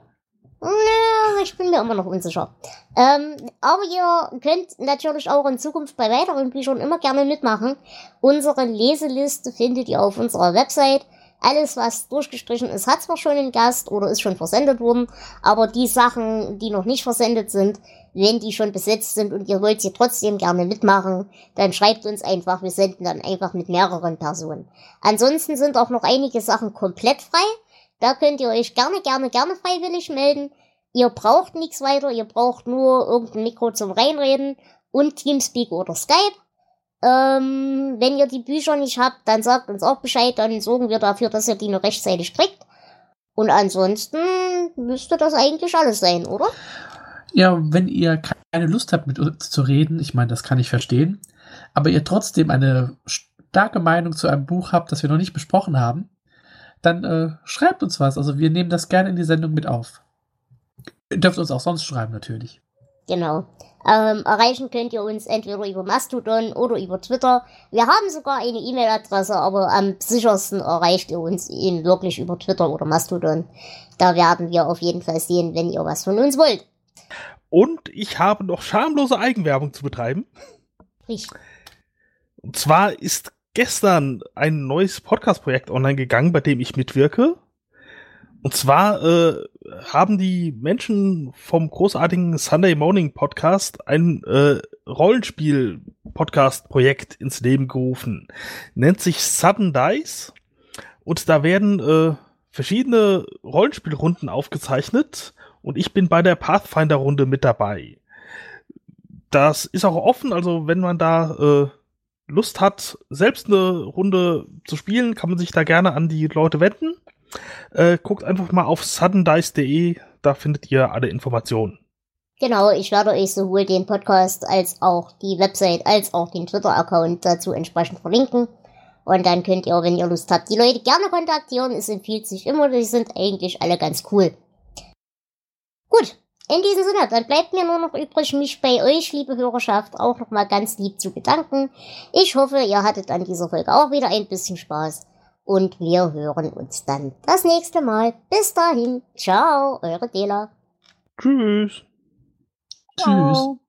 Na, ich bin mir immer noch unsicher. Ähm, aber ihr könnt natürlich auch in Zukunft bei weiteren Büchern immer gerne mitmachen. Unsere Leseliste findet ihr auf unserer Website. Alles, was durchgestrichen ist, hat zwar schon einen Gast oder ist schon versendet worden, aber die Sachen, die noch nicht versendet sind, wenn die schon besetzt sind und ihr wollt sie trotzdem gerne mitmachen, dann schreibt uns einfach, wir senden dann einfach mit mehreren Personen. Ansonsten sind auch noch einige Sachen komplett frei. Da könnt ihr euch gerne, gerne, gerne freiwillig melden. Ihr braucht nichts weiter, ihr braucht nur irgendein Mikro zum Reinreden und Teamspeak oder Skype. Ähm, wenn ihr die Bücher nicht habt, dann sagt uns auch Bescheid, dann sorgen wir dafür, dass ihr die noch rechtzeitig kriegt. Und ansonsten müsste das eigentlich alles sein, oder? Ja, wenn ihr keine Lust habt, mit uns zu reden, ich meine, das kann ich verstehen, aber ihr trotzdem eine starke Meinung zu einem Buch habt, das wir noch nicht besprochen haben, dann äh, schreibt uns was. Also wir nehmen das gerne in die Sendung mit auf. Ihr dürft uns auch sonst schreiben, natürlich. Genau. Ähm, erreichen könnt ihr uns entweder über Mastodon oder über Twitter. Wir haben sogar eine E-Mail-Adresse, aber am sichersten erreicht ihr uns eben wirklich über Twitter oder Mastodon. Da werden wir auf jeden Fall sehen, wenn ihr was von uns wollt. Und ich habe noch schamlose Eigenwerbung zu betreiben. Richtig. Und zwar ist gestern ein neues Podcast-Projekt online gegangen, bei dem ich mitwirke. Und zwar äh, haben die Menschen vom großartigen Sunday Morning Podcast ein äh, Rollenspiel-Podcast-Projekt ins Leben gerufen. Nennt sich Sudden Dice. Und da werden äh, verschiedene Rollenspielrunden aufgezeichnet. Und ich bin bei der Pathfinder-Runde mit dabei. Das ist auch offen, also wenn man da äh, Lust hat, selbst eine Runde zu spielen, kann man sich da gerne an die Leute wenden. Äh, guckt einfach mal auf sudden dice punkt de, da findet ihr alle Informationen. Genau, ich werde euch sowohl den Podcast als auch die Website als auch den Twitter-Account dazu entsprechend verlinken. Und dann könnt ihr, wenn ihr Lust habt, die Leute gerne kontaktieren. Es empfiehlt sich immer, die sind eigentlich alle ganz cool. Gut. In diesem Sinne, dann bleibt mir nur noch übrig, mich bei euch, liebe Hörerschaft, auch nochmal ganz lieb zu bedanken. Ich hoffe, ihr hattet an dieser Folge auch wieder ein bisschen Spaß. Und wir hören uns dann das nächste Mal. Bis dahin. Ciao, eure Dela. Tschüss. Tschüss.